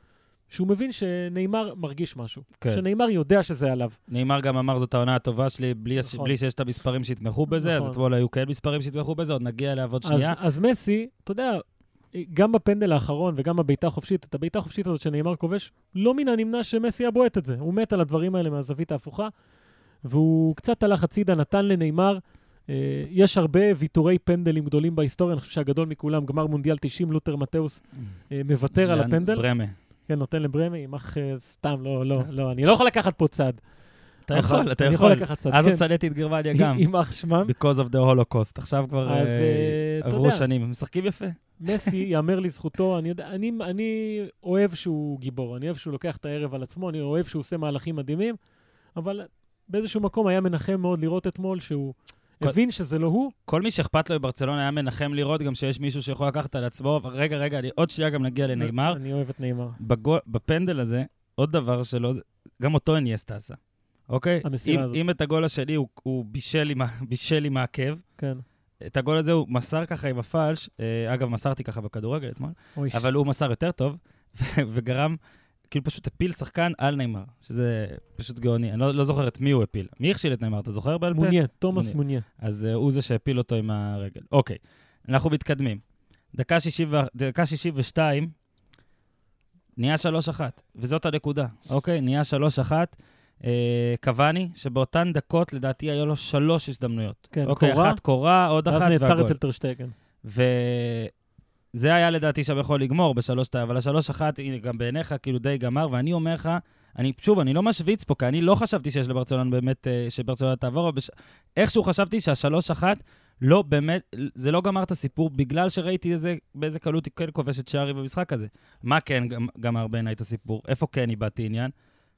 [SPEAKER 2] שהוא מבין שניימר מרגיש משהו.
[SPEAKER 1] כן.
[SPEAKER 2] שניימר יודע שזה עליו.
[SPEAKER 1] ניימר גם אמר, זאת העונה הטובה שלי, בלי, נכון. בלי שיש את המספרים שהתמכו בזה, נכון. אז אתמול היו כאלה מספרים שהתמכו בזה, עוד נגיע לעבוד שנייה.
[SPEAKER 2] אז, אז מסי, אתה יודע, גם בפנדל האחרון וגם בביתה החופשית, את הביתה החופשית הזאת שניימר כובש, לא מן הנמנע שמסי יבועט את זה. הוא מת על הדברים האלה מהזווית ההפוכה, והוא קצת הלך הצידה, נתן לניימר. יש הרבה ויתורי פנדלים גדולים בהיסטוריה, אני חושב שהגדול מכולם, גמר מונדיאל תשעים, לותר מתאוס מוותר על הפנדל.
[SPEAKER 1] ברמה.
[SPEAKER 2] כן, נותן לברמה, ימח סתם, לא, לא, לא, אני לא יכול לקחת פה צד.
[SPEAKER 1] אתה יכול, אתה יכול. אז עוד צדתי את גרמניה גם.
[SPEAKER 2] ימח שמם.
[SPEAKER 1] Because of the Holocaust. עכשיו כבר עברו שנים, הם משחקים יפה.
[SPEAKER 2] מסי, יאמר לזכותו, אני יודע, אני, אני אוהב שהוא גיבור, אני אוהב שהוא לוקח את הערב על עצמו, אני אוהב שהוא עושה מהלכים מדהימים, אבל באיזשהו מקום היה מנחם מאוד לראות אתמול שהוא הבין שזה לא הוא.
[SPEAKER 1] כל מי שאכפת לו בברצלונה היה מנחם לראות גם שיש מישהו שיכול לקחת על עצמו, רגע, רגע, עוד שנייה גם נגיע לניימר.
[SPEAKER 2] אני אוהב את ניימר.
[SPEAKER 1] בפנדל הזה, עוד דבר שלו, גם אותו אינייסטה עשה. אוקיי?
[SPEAKER 2] המסירה הזאת.
[SPEAKER 1] אם את הגול השני הוא בישל עם העקב,
[SPEAKER 2] כן.
[SPEAKER 1] את הגול הזה הוא מסר ככה עם הפלש, אגב, מסרתי ככה בכדורגל אתמול, אבל הוא מסר יותר טוב, וגרם, כאילו פשוט הפיל שחקן על ניימר, שזה פשוט גאוני. אני לא, לא זוכר את מי הוא הפיל. מי הכשיל את ניימר? אתה זוכר בעל פה?
[SPEAKER 2] מוניה, תומאס מוניה.
[SPEAKER 1] אז uh, הוא זה שהפיל אותו עם הרגל. אוקיי, אנחנו מתקדמים. דקה שישים ושתיים, נהיה שלוש אחת, וזאת הנקודה. אוקיי, נהיה שלוש אחת. קוואני, שבאותן דקות לדעתי היו לו שלוש הזדמנויות.
[SPEAKER 2] כן,
[SPEAKER 1] אוקיי,
[SPEAKER 2] קורה.
[SPEAKER 1] אחת קורה, עוד אחת והגול.
[SPEAKER 2] ואז נעצר אצל טרשטגן.
[SPEAKER 1] וזה היה לדעתי שם יכול לגמור בשלוש, אבל השלוש אחת, גם בעיניך, כאילו די גמר, ואני אומר לך, אני, שוב, אני לא משוויץ פה, כי אני לא חשבתי שיש לברצלונה באמת, שברצלונה תעבור, בש... איכשהו חשבתי שהשלוש אחת, לא באמת, זה לא גמר את הסיפור, בגלל שראיתי איזה, באיזה קלות היא כן כובשת שערים במשחק הזה. מה כן גמר בעיניי את הסיפור? איפה כן איבדתי עניין?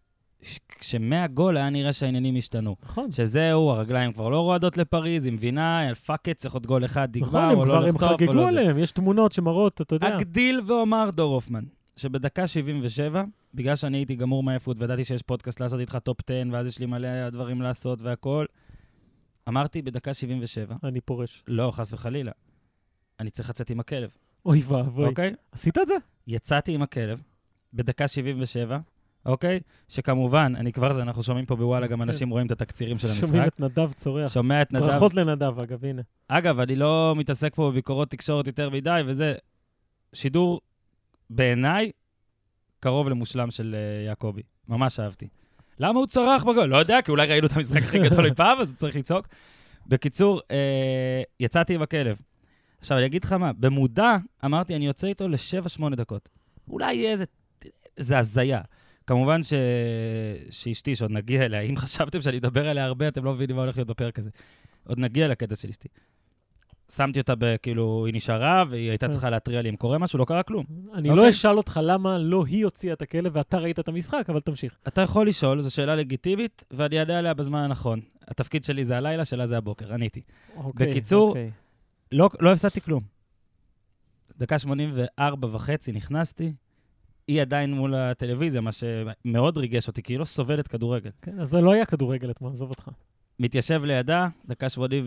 [SPEAKER 1] כשמהגול היה נראה שהעניינים השתנו.
[SPEAKER 2] נכון.
[SPEAKER 1] שזהו, הרגליים כבר לא רועדות לפריז, היא מבינה, פאק, צריך עוד גול אחד,
[SPEAKER 2] נגמר, או לא לחטוף. הם חגגו עליהם, יש תמונות שמראות, אתה יודע.
[SPEAKER 1] אגדיל ואומר דור הופמן, שבדקה שבעים ושבע, בגלל שאני הייתי גמור מעייפות, וידעתי שיש פודקאסט לעשות איתך טופ עשר, ואז יש לי מלא דברים לעשות והכל, אמרתי בדקה שבעים ושבע.
[SPEAKER 2] אני פורש.
[SPEAKER 1] לא, חס וחלילה. אני צריך לצאת עם הכלב.
[SPEAKER 2] אוי ואבוי.
[SPEAKER 1] אוקיי?
[SPEAKER 2] עשית את זה?
[SPEAKER 1] יצאתי עם הכלב, בדקה שבעים ושבע, אוקיי? שכמובן, אני כבר, אנחנו שומעים פה בוואלה, גם אנשים רואים את התקצירים של המשחק.
[SPEAKER 2] שומעים את נדב צורח.
[SPEAKER 1] שומע את נדב.
[SPEAKER 2] ברכות לנדב, אגב, הנה.
[SPEAKER 1] אגב, אני לא מתעסק פה בביקורות תקשורת יותר מדי, וזה שידור בעיניי קרוב למושלם של יעקובי. ממש אהבתי. למה הוא צרח בגול? לא יודע, כי אולי ראינו את המשחק הכי גדול אי פעם, אז הוא צריך לצעוק. בקיצור, אה, יצאתי עם הכלב. עכשיו, אני אגיד לך מה, במודע אמרתי, אני יוצא איתו לשבע שמונה דקות. אולי יהיה איזה, איזה הזיה. כמובן ש... שאשתי, שעוד נגיע אליה, אם חשבתם שאני אדבר עליה הרבה, אתם לא מבינים מה הולך להיות בפרק הזה. עוד נגיע לקטע של אשתי. שמתי אותה כאילו, היא נשארה, והיא הייתה צריכה להטריע לי אם קורה משהו, לא קרה כלום.
[SPEAKER 2] אני לא אשאל אותך למה לא היא הוציאה את הכלב, ואתה ראית את המשחק, אבל תמשיך.
[SPEAKER 1] אתה יכול לשאול, זו שאלה לגיטימית, ואני אענה עליה בזמן הנכון. התפקיד שלי זה הלילה, שלה זה הבוקר, עניתי. בקיצור, לא הפסדתי כלום. דקה שמונים וארבע וחצי נכנסתי, היא עדיין מול הטלוויזיה, מה שמאוד ריגש אותי, כי היא לא סובלת כדורגל.
[SPEAKER 2] כן, אז זה לא היה כדורגל אתמול, עזוב אותך.
[SPEAKER 1] מתיישב לידה, דקה שמונים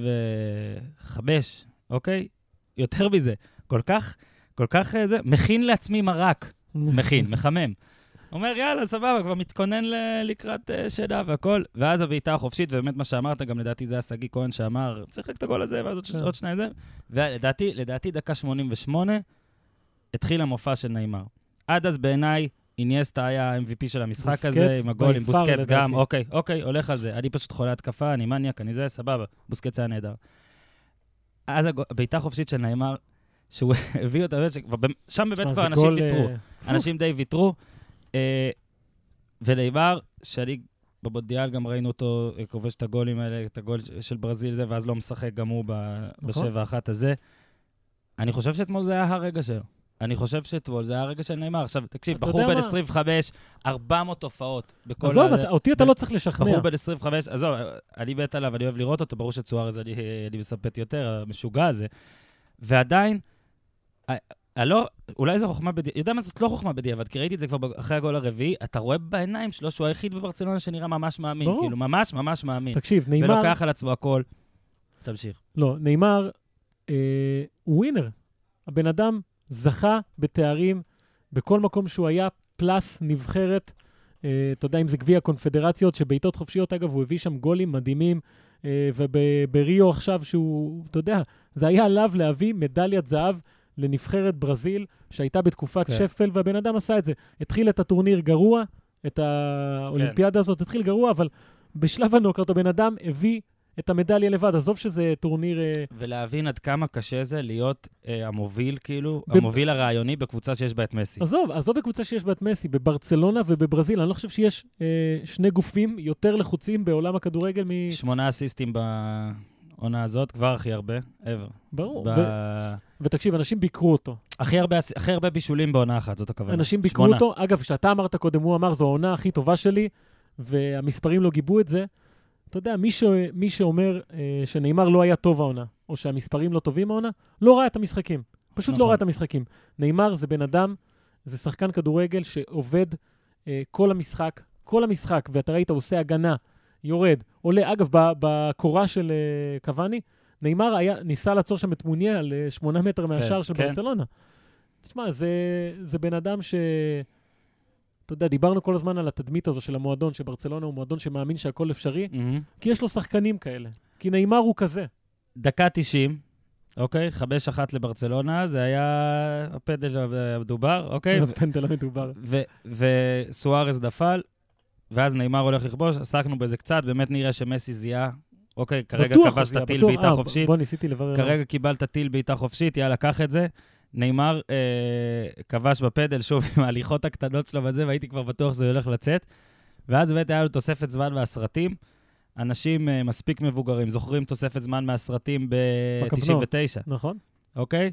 [SPEAKER 1] וחמש, אוקיי? יותר מזה. כל כך, כל כך זה, מכין לעצמי מרק. מכין, מחמם. אומר, יאללה, סבבה, כבר מתכונן לקראת שינה והכל. ואז הבעיטה החופשית, ובאמת מה שאמרת, גם לדעתי זה היה סגי כהן שאמר, צריך רק את הגול הזה, ואז עוד שניים זה. ולדעתי, לדעתי, דקה שמונים ושמונה, התחיל המופע של ניימר. עד אז בעיניי, אינייסטה היה ה-אם וי פי של המשחק הזה, עם הגול, עם בוסקץ גם, אוקיי, אוקיי, הולך על זה. אני פשוט חולה התקפה, אני מניאק, אני זה, סבבה, בוסקץ היה נהדר. אז הבעיטה החופשית של ניימר, שהוא הביא אותה, שם בבית כבר אנשים ויתרו. אנשים די ויתרו. וניימר, שאני בבונדיאל גם ראינו אותו, כובש את הגולים האלה, את הגול של ברזיל זה, ואז לא משחק גם הוא בשבע אחת הזה. אני חושב שאתמול זה היה הרגע שלו. אני חושב שאתמול זה היה הרגע של ניימר. עכשיו, תקשיב, בחור בן עשרים וחמש, ארבע מאות הופעות.
[SPEAKER 2] עזוב, אותי אתה לא צריך לשכנע.
[SPEAKER 1] בחור בן עשרים וחמש, עזוב, אני בית עליו, אני אוהב לראות אותו, ברור שצוארז אני מספט יותר, המשוגע הזה. ועדיין, אולי זו חוכמה בדיעבד, יודע מה זאת לא חוכמה בדיעבד, כי ראיתי את זה כבר אחרי הגול הרביעי, אתה רואה בעיניים שלו שהוא היחיד בברצלונה שנראה ממש מאמין, כאילו ממש ממש מאמין.
[SPEAKER 2] תקשיב, ניימר...
[SPEAKER 1] ולוקח על עצמו הכל. תמשיך.
[SPEAKER 2] לא, ניימר הוא ווינר. הבן אדם זכה בתארים בכל מקום שהוא היה,
[SPEAKER 3] פלס נבחרת, אתה יודע אם זה גביע הקונפדרציות, שבעיטות חופשיות, אגב, הוא הביא שם גולים מדהימים, ובריו עכשיו שהוא, אתה יודע, זה היה עליו להביא מדליית זהב לנבחרת ברזיל, שהייתה בתקופת שפל, והבן אדם עשה את זה. התחיל את הטורניר גרוע, את האולימפיאדה הזאת התחיל גרוע, אבל בשלב הנוקאוט הבן אדם הביא את המדליה לבד. עזוב שזה טורניר...
[SPEAKER 1] ולהבין עד כמה קשה זה להיות אה, המוביל, כאילו, ב... המוביל הרעיוני בקבוצה שיש בה את מסי.
[SPEAKER 3] עזוב, עזוב בקבוצה שיש בה את מסי, בברצלונה ובברזיל. אני לא חושב שיש אה, שני גופים יותר לחוצים בעולם הכדורגל מ...
[SPEAKER 1] שמונה אסיסטים בעונה הזאת, כבר הכי הרבה, ever.
[SPEAKER 3] ברור.
[SPEAKER 1] ב...
[SPEAKER 3] ו... ותקשיב, אנשים ביקרו אותו.
[SPEAKER 1] הכי הרבה, הכי הרבה בישולים בעונה אחת, זאת הכוונה.
[SPEAKER 3] אנשים ביקרו שמונה. אותו. אגב, כשאתה אמרת קודם, הוא אמר, זו העונה הכי טובה שלי, והמספרים לא גיבו את זה. אתה יודע, מי, ש... מי שאומר אה, שנאמר לא היה טוב העונה, או שהמספרים לא טובים העונה, לא ראה את המשחקים. פשוט נכון. לא ראה את המשחקים. נאמר זה בן אדם, זה שחקן כדורגל שעובד אה, כל המשחק, כל המשחק, ואתה ראית, הוא עושה הגנה, יורד, עולה. אגב, בקורה של אה, קוואני, נאמר היה, ניסה לעצור שם את מוניה על אה, שמונה מטר מהשאר כן, של כן. ברצלונה. תשמע, זה, זה בן אדם ש... אתה יודע, דיברנו כל הזמן על התדמית הזו של המועדון, שברצלונה הוא מועדון שמאמין שהכל אפשרי, mm-hmm. כי יש לו שחקנים כאלה. כי נאמר הוא כזה.
[SPEAKER 1] דקה תשעים, אוקיי? חמש אחת לברצלונה, זה היה הפנדל המדובר, אוקיי?
[SPEAKER 3] הפנדל המדובר.
[SPEAKER 1] וסוארז דפל, ואז נאמר הולך לכבוש, עסקנו בזה קצת, באמת נראה שמסי זיהה, אוקיי, כרגע כבש את הטיל בעיטה חופשית.
[SPEAKER 3] בוא ניסיתי לברר.
[SPEAKER 1] כרגע קיבלת טיל בעיטה חופשית, יאללה, קח את זה. נאמר אה, כבש בפדל, שוב עם ההליכות הקטנות שלו וזה, והייתי כבר בטוח שזה הולך לצאת. ואז באמת היה לו תוספת זמן מהסרטים. אנשים אה, מספיק מבוגרים, זוכרים תוספת זמן מהסרטים ב-תשעים ותשע.
[SPEAKER 3] נכון.
[SPEAKER 1] אוקיי?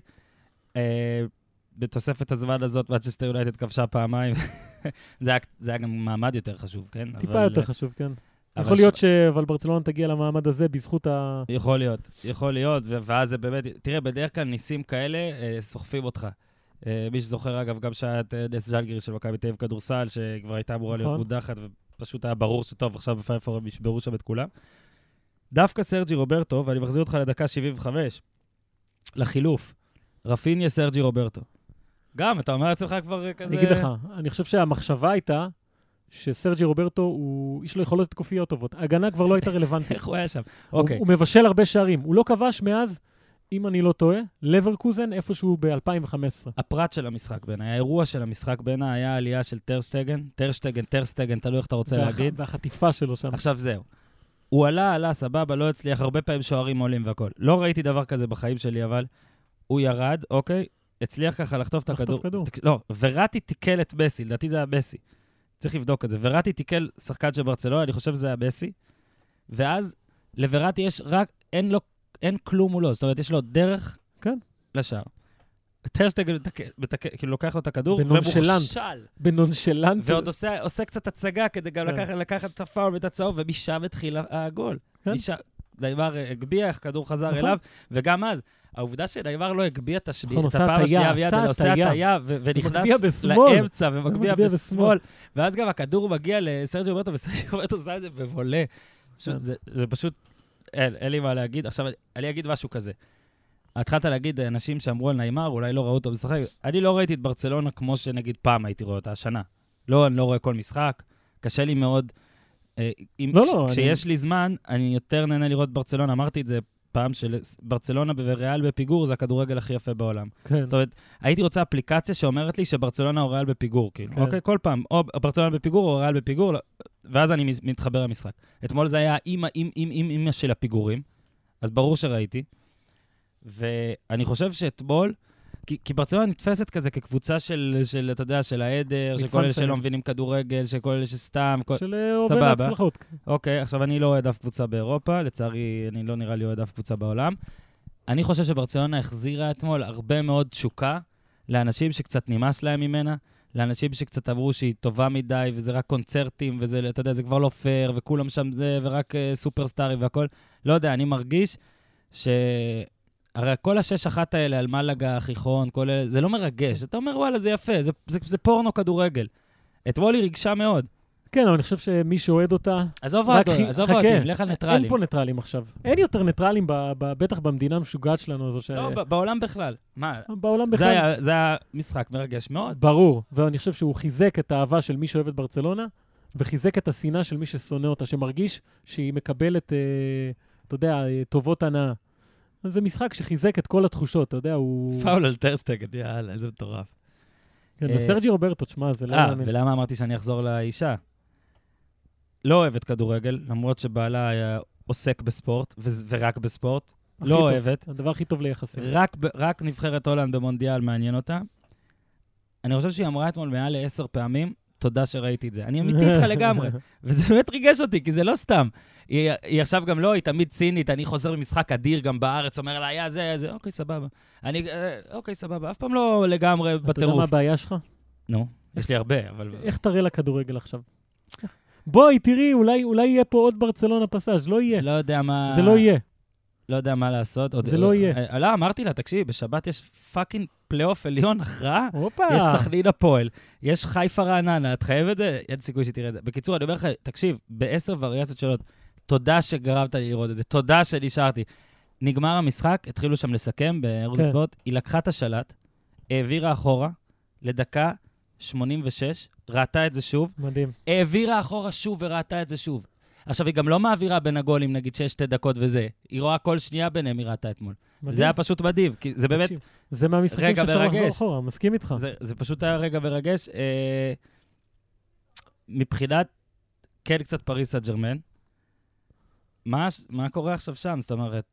[SPEAKER 1] אה, בתוספת הזמן הזאת, מנצ'סטר יונייטד כבשה פעמיים. זה, היה, זה היה גם מעמד יותר חשוב, כן?
[SPEAKER 3] טיפה אבל, יותר חשוב, כן. יכול להיות ש... אבל ברצלונה תגיע למעמד הזה בזכות ה...
[SPEAKER 1] יכול להיות, יכול להיות, ואז זה באמת, תראה, בדרך כלל ניסים כאלה אה, סוחפים אותך. אה, מי שזוכר, אגב, גם שהיה את נס ז'לגירי של מכבי תל אביב כדורסל, שכבר הייתה אמורה להיות מודחת, ופשוט היה ברור שטוב, עכשיו בפיינל פור הם ישברו שם את כולם. דווקא סרג'י רוברטו, ואני מחזיר אותך לדקה שבעים וחמש, לחילוף, רפיניה סרג'י רוברטו. גם, אתה אומר לעצמך כבר כזה...
[SPEAKER 3] אני אגיד לך, אני חושב שהמחשבה הייתה, שסרג'י רוברטו, הוא, יש לו יכולות תקופיות טובות. ההגנה כבר לא הייתה רלוונטית.
[SPEAKER 1] איך הוא היה שם?
[SPEAKER 3] אוקיי. הוא מבשל הרבה שערים. הוא לא כבש מאז, אם אני לא טועה, לברקוזן, איפשהו ב-אלפיים וחמש עשרה.
[SPEAKER 1] הפרט של המשחק בעיניי, האירוע של המשחק בעיניי, היה העלייה של טרשטגן, טרשטגן, טרשטגן, תלוי איך אתה רוצה להגיד.
[SPEAKER 3] והחטיפה שלו שם.
[SPEAKER 1] עכשיו זהו. הוא עלה, עלה, סבבה, לא הצליח, הרבה פעמים שוערים עולים והכל. לא ראיתי דבר כזה בחיים שלי, אבל הוא ירד, אוקיי, הצליח ככה לחטוף את הכדור. לא, וראטי תיקל את מסי, לדעתי זה היה מסי. צריך לבדוק את זה. וראטי תיקל שחקן של ברצלונה, אני חושב שזה היה מסי, ואז לוראטי יש רק, אין לו, אין כלום מולו, זאת אומרת, יש לו דרך
[SPEAKER 3] כן.
[SPEAKER 1] לשער. טרשטגן כאילו לוקח לו את הכדור,
[SPEAKER 3] ומוכשל. בנונשלנט.
[SPEAKER 1] ועוד עושה, עושה קצת הצגה כדי גם כן. לקח, לקחת את הפאול ואת הצהוב, ומשם התחיל הגול. כן. משם, נאמר הגביע, איך כדור חזר נכון. אליו, וגם אז, העובדה שנאמר לא הגביע את השנייה, את הפעם השנייה ויד, אלא עושה הטעיה, ונכנס לאמצע, ומגביע בשמאל, ואז גם הכדור מגיע לסרג'י רוברטו, וסרג'י רוברטו עושה את זה בבולה. זה פשוט, אין לי מה להגיד. עכשיו, אני אגיד משהו כזה. התחלת להגיד, אנשים שאמרו על נאמר, אולי לא ראו אותו משחק. אני לא ראיתי את ברצלונה כמו שנגיד פעם הייתי רואה אותה, השנה. לא, אני לא רואה כל משחק. קשה לי מאוד. כשיש לי זמן, אני יותר נהנה לראות ברצלונה. אמרתי את זה פעם שברצלונה וריאל בפיגור זה הכדורגל הכי יפה בעולם.
[SPEAKER 3] כן.
[SPEAKER 1] זאת אומרת, הייתי רוצה אפליקציה שאומרת לי שברצלונה או ריאל בפיגור, כאילו. כן. אוקיי, כל פעם, או ברצלונה בפיגור או ריאל בפיגור, ואז אני מתחבר למשחק. אתמול זה היה אימא, אימא, אימא, אימא של הפיגורים, אז ברור שראיתי. ואני חושב שאתמול, כי, כי ברצלונה נתפסת כזה כקבוצה של, של, אתה יודע, של העדר, של כל אלה שלא מבינים כדורגל, של כל אלה שסתם, כל...
[SPEAKER 3] של עובד הצלחות.
[SPEAKER 1] אוקיי, עכשיו אני לא אוהד אף קבוצה באירופה, לצערי אני לא נראה לי אוהד אף קבוצה בעולם. אני חושב שברצלונה החזירה אתמול הרבה מאוד תשוקה לאנשים שקצת נמאס להם ממנה, לאנשים שקצת אמרו שהיא טובה מדי, וזה רק קונצרטים, וזה, אתה יודע, זה כבר לא פייר, וכולם שם זה, ורק uh, סופרסטארים והכל. לא יודע, אני מרגיש ש... הרי כל השש אחת האלה על מלגה, חיכון, כל אלה, זה לא מרגש. אתה אומר, וואלה, זה יפה, זה, זה, זה פורנו כדורגל. אתמול היא ריגשה מאוד.
[SPEAKER 2] כן, אבל אני חושב שמי שאוהד אותה...
[SPEAKER 1] עזוב אוהדים, עזוב אוהדים, לך על ניטרלים.
[SPEAKER 2] אין פה ניטרלים עכשיו. אין יותר ניטרלים, בטח במדינה המשוגעת שלנו.
[SPEAKER 1] לא, בעולם בכלל. מה?
[SPEAKER 2] בעולם בכלל.
[SPEAKER 1] זה היה משחק מרגש מאוד.
[SPEAKER 2] ברור, ואני חושב שהוא חיזק את האהבה של מי שאוהב את ברצלונה, וחיזק את השנאה של מי ששונא אותה, שמרגיש שהיא מקבלת, אתה יודע, טובות הנאה. זה משחק שחיזק את כל התחושות, אתה יודע, הוא...
[SPEAKER 1] פאול על טרסטגן, יאללה, איזה מטורף.
[SPEAKER 2] כן, סרג'י רוברטו, תשמע, זה לא...
[SPEAKER 1] אה, ולמה אמרתי שאני אחזור לאישה? לא אוהבת כדורגל, למרות שבעלה היה עוסק בספורט, ורק בספורט. לא אוהבת.
[SPEAKER 2] הדבר הכי טוב ליחסים.
[SPEAKER 1] רק נבחרת הולנד במונדיאל מעניין אותה. אני חושב שהיא אמרה אתמול מעל לעשר פעמים, תודה שראיתי את זה. אני אמיתי איתך לגמרי. וזה באמת ריגש אותי, כי זה לא סתם. היא, היא עכשיו גם לא, היא תמיד צינית, אני חוזר במשחק אדיר גם בארץ, אומר לה, היה זה, זה, אוקיי, סבבה. אני, אוקיי, סבבה, אף פעם לא לגמרי בטירוף.
[SPEAKER 2] אתה יודע מה הבעיה שלך?
[SPEAKER 1] נו, יש לי הרבה, אבל...
[SPEAKER 2] איך תראה לכדורגל עכשיו? בואי, תראי, אולי, אולי יהיה פה עוד ברצלונה פסאז', לא יהיה.
[SPEAKER 1] לא יודע מה...
[SPEAKER 2] זה לא יהיה.
[SPEAKER 1] לא יודע מה לעשות.
[SPEAKER 2] זה לא יהיה.
[SPEAKER 1] לא, אמרתי לה, תקשיב, בשבת יש פאקינג פלייאוף עליון, הכרעה. יש סכנין הפועל, יש חיפה רעננה, את חייבת את זה? אין סיכוי שתראה את זה. בקיצור, אני אומר לך, תקשיב, בעשר וריאציות שאלות, תודה שגרבת לי לראות את זה, תודה שנשארתי. נגמר המשחק, התחילו שם לסכם בערוץ ספורט, היא לקחה את השלט, העבירה אחורה, לדקה שמונים ושש, ראתה את זה שוב.
[SPEAKER 2] מדהים.
[SPEAKER 1] העבירה אחורה שוב וראתה את זה שוב. עכשיו, היא גם לא מעבירה בין הגולים, נגיד שש שתי דקות וזה. היא רואה כל שנייה ביניהם, היא ראתה אתמול. מדהים. זה היה פשוט מדהים, כי זה באמת...
[SPEAKER 2] זה מהמשחקים שאפשר לחזור אחורה, מסכים איתך.
[SPEAKER 1] זה, זה פשוט היה רגע ורגש. אה, מבחינת, כן, קצת פריס סן-ז'רמן, מה, מה קורה עכשיו שם? זאת אומרת,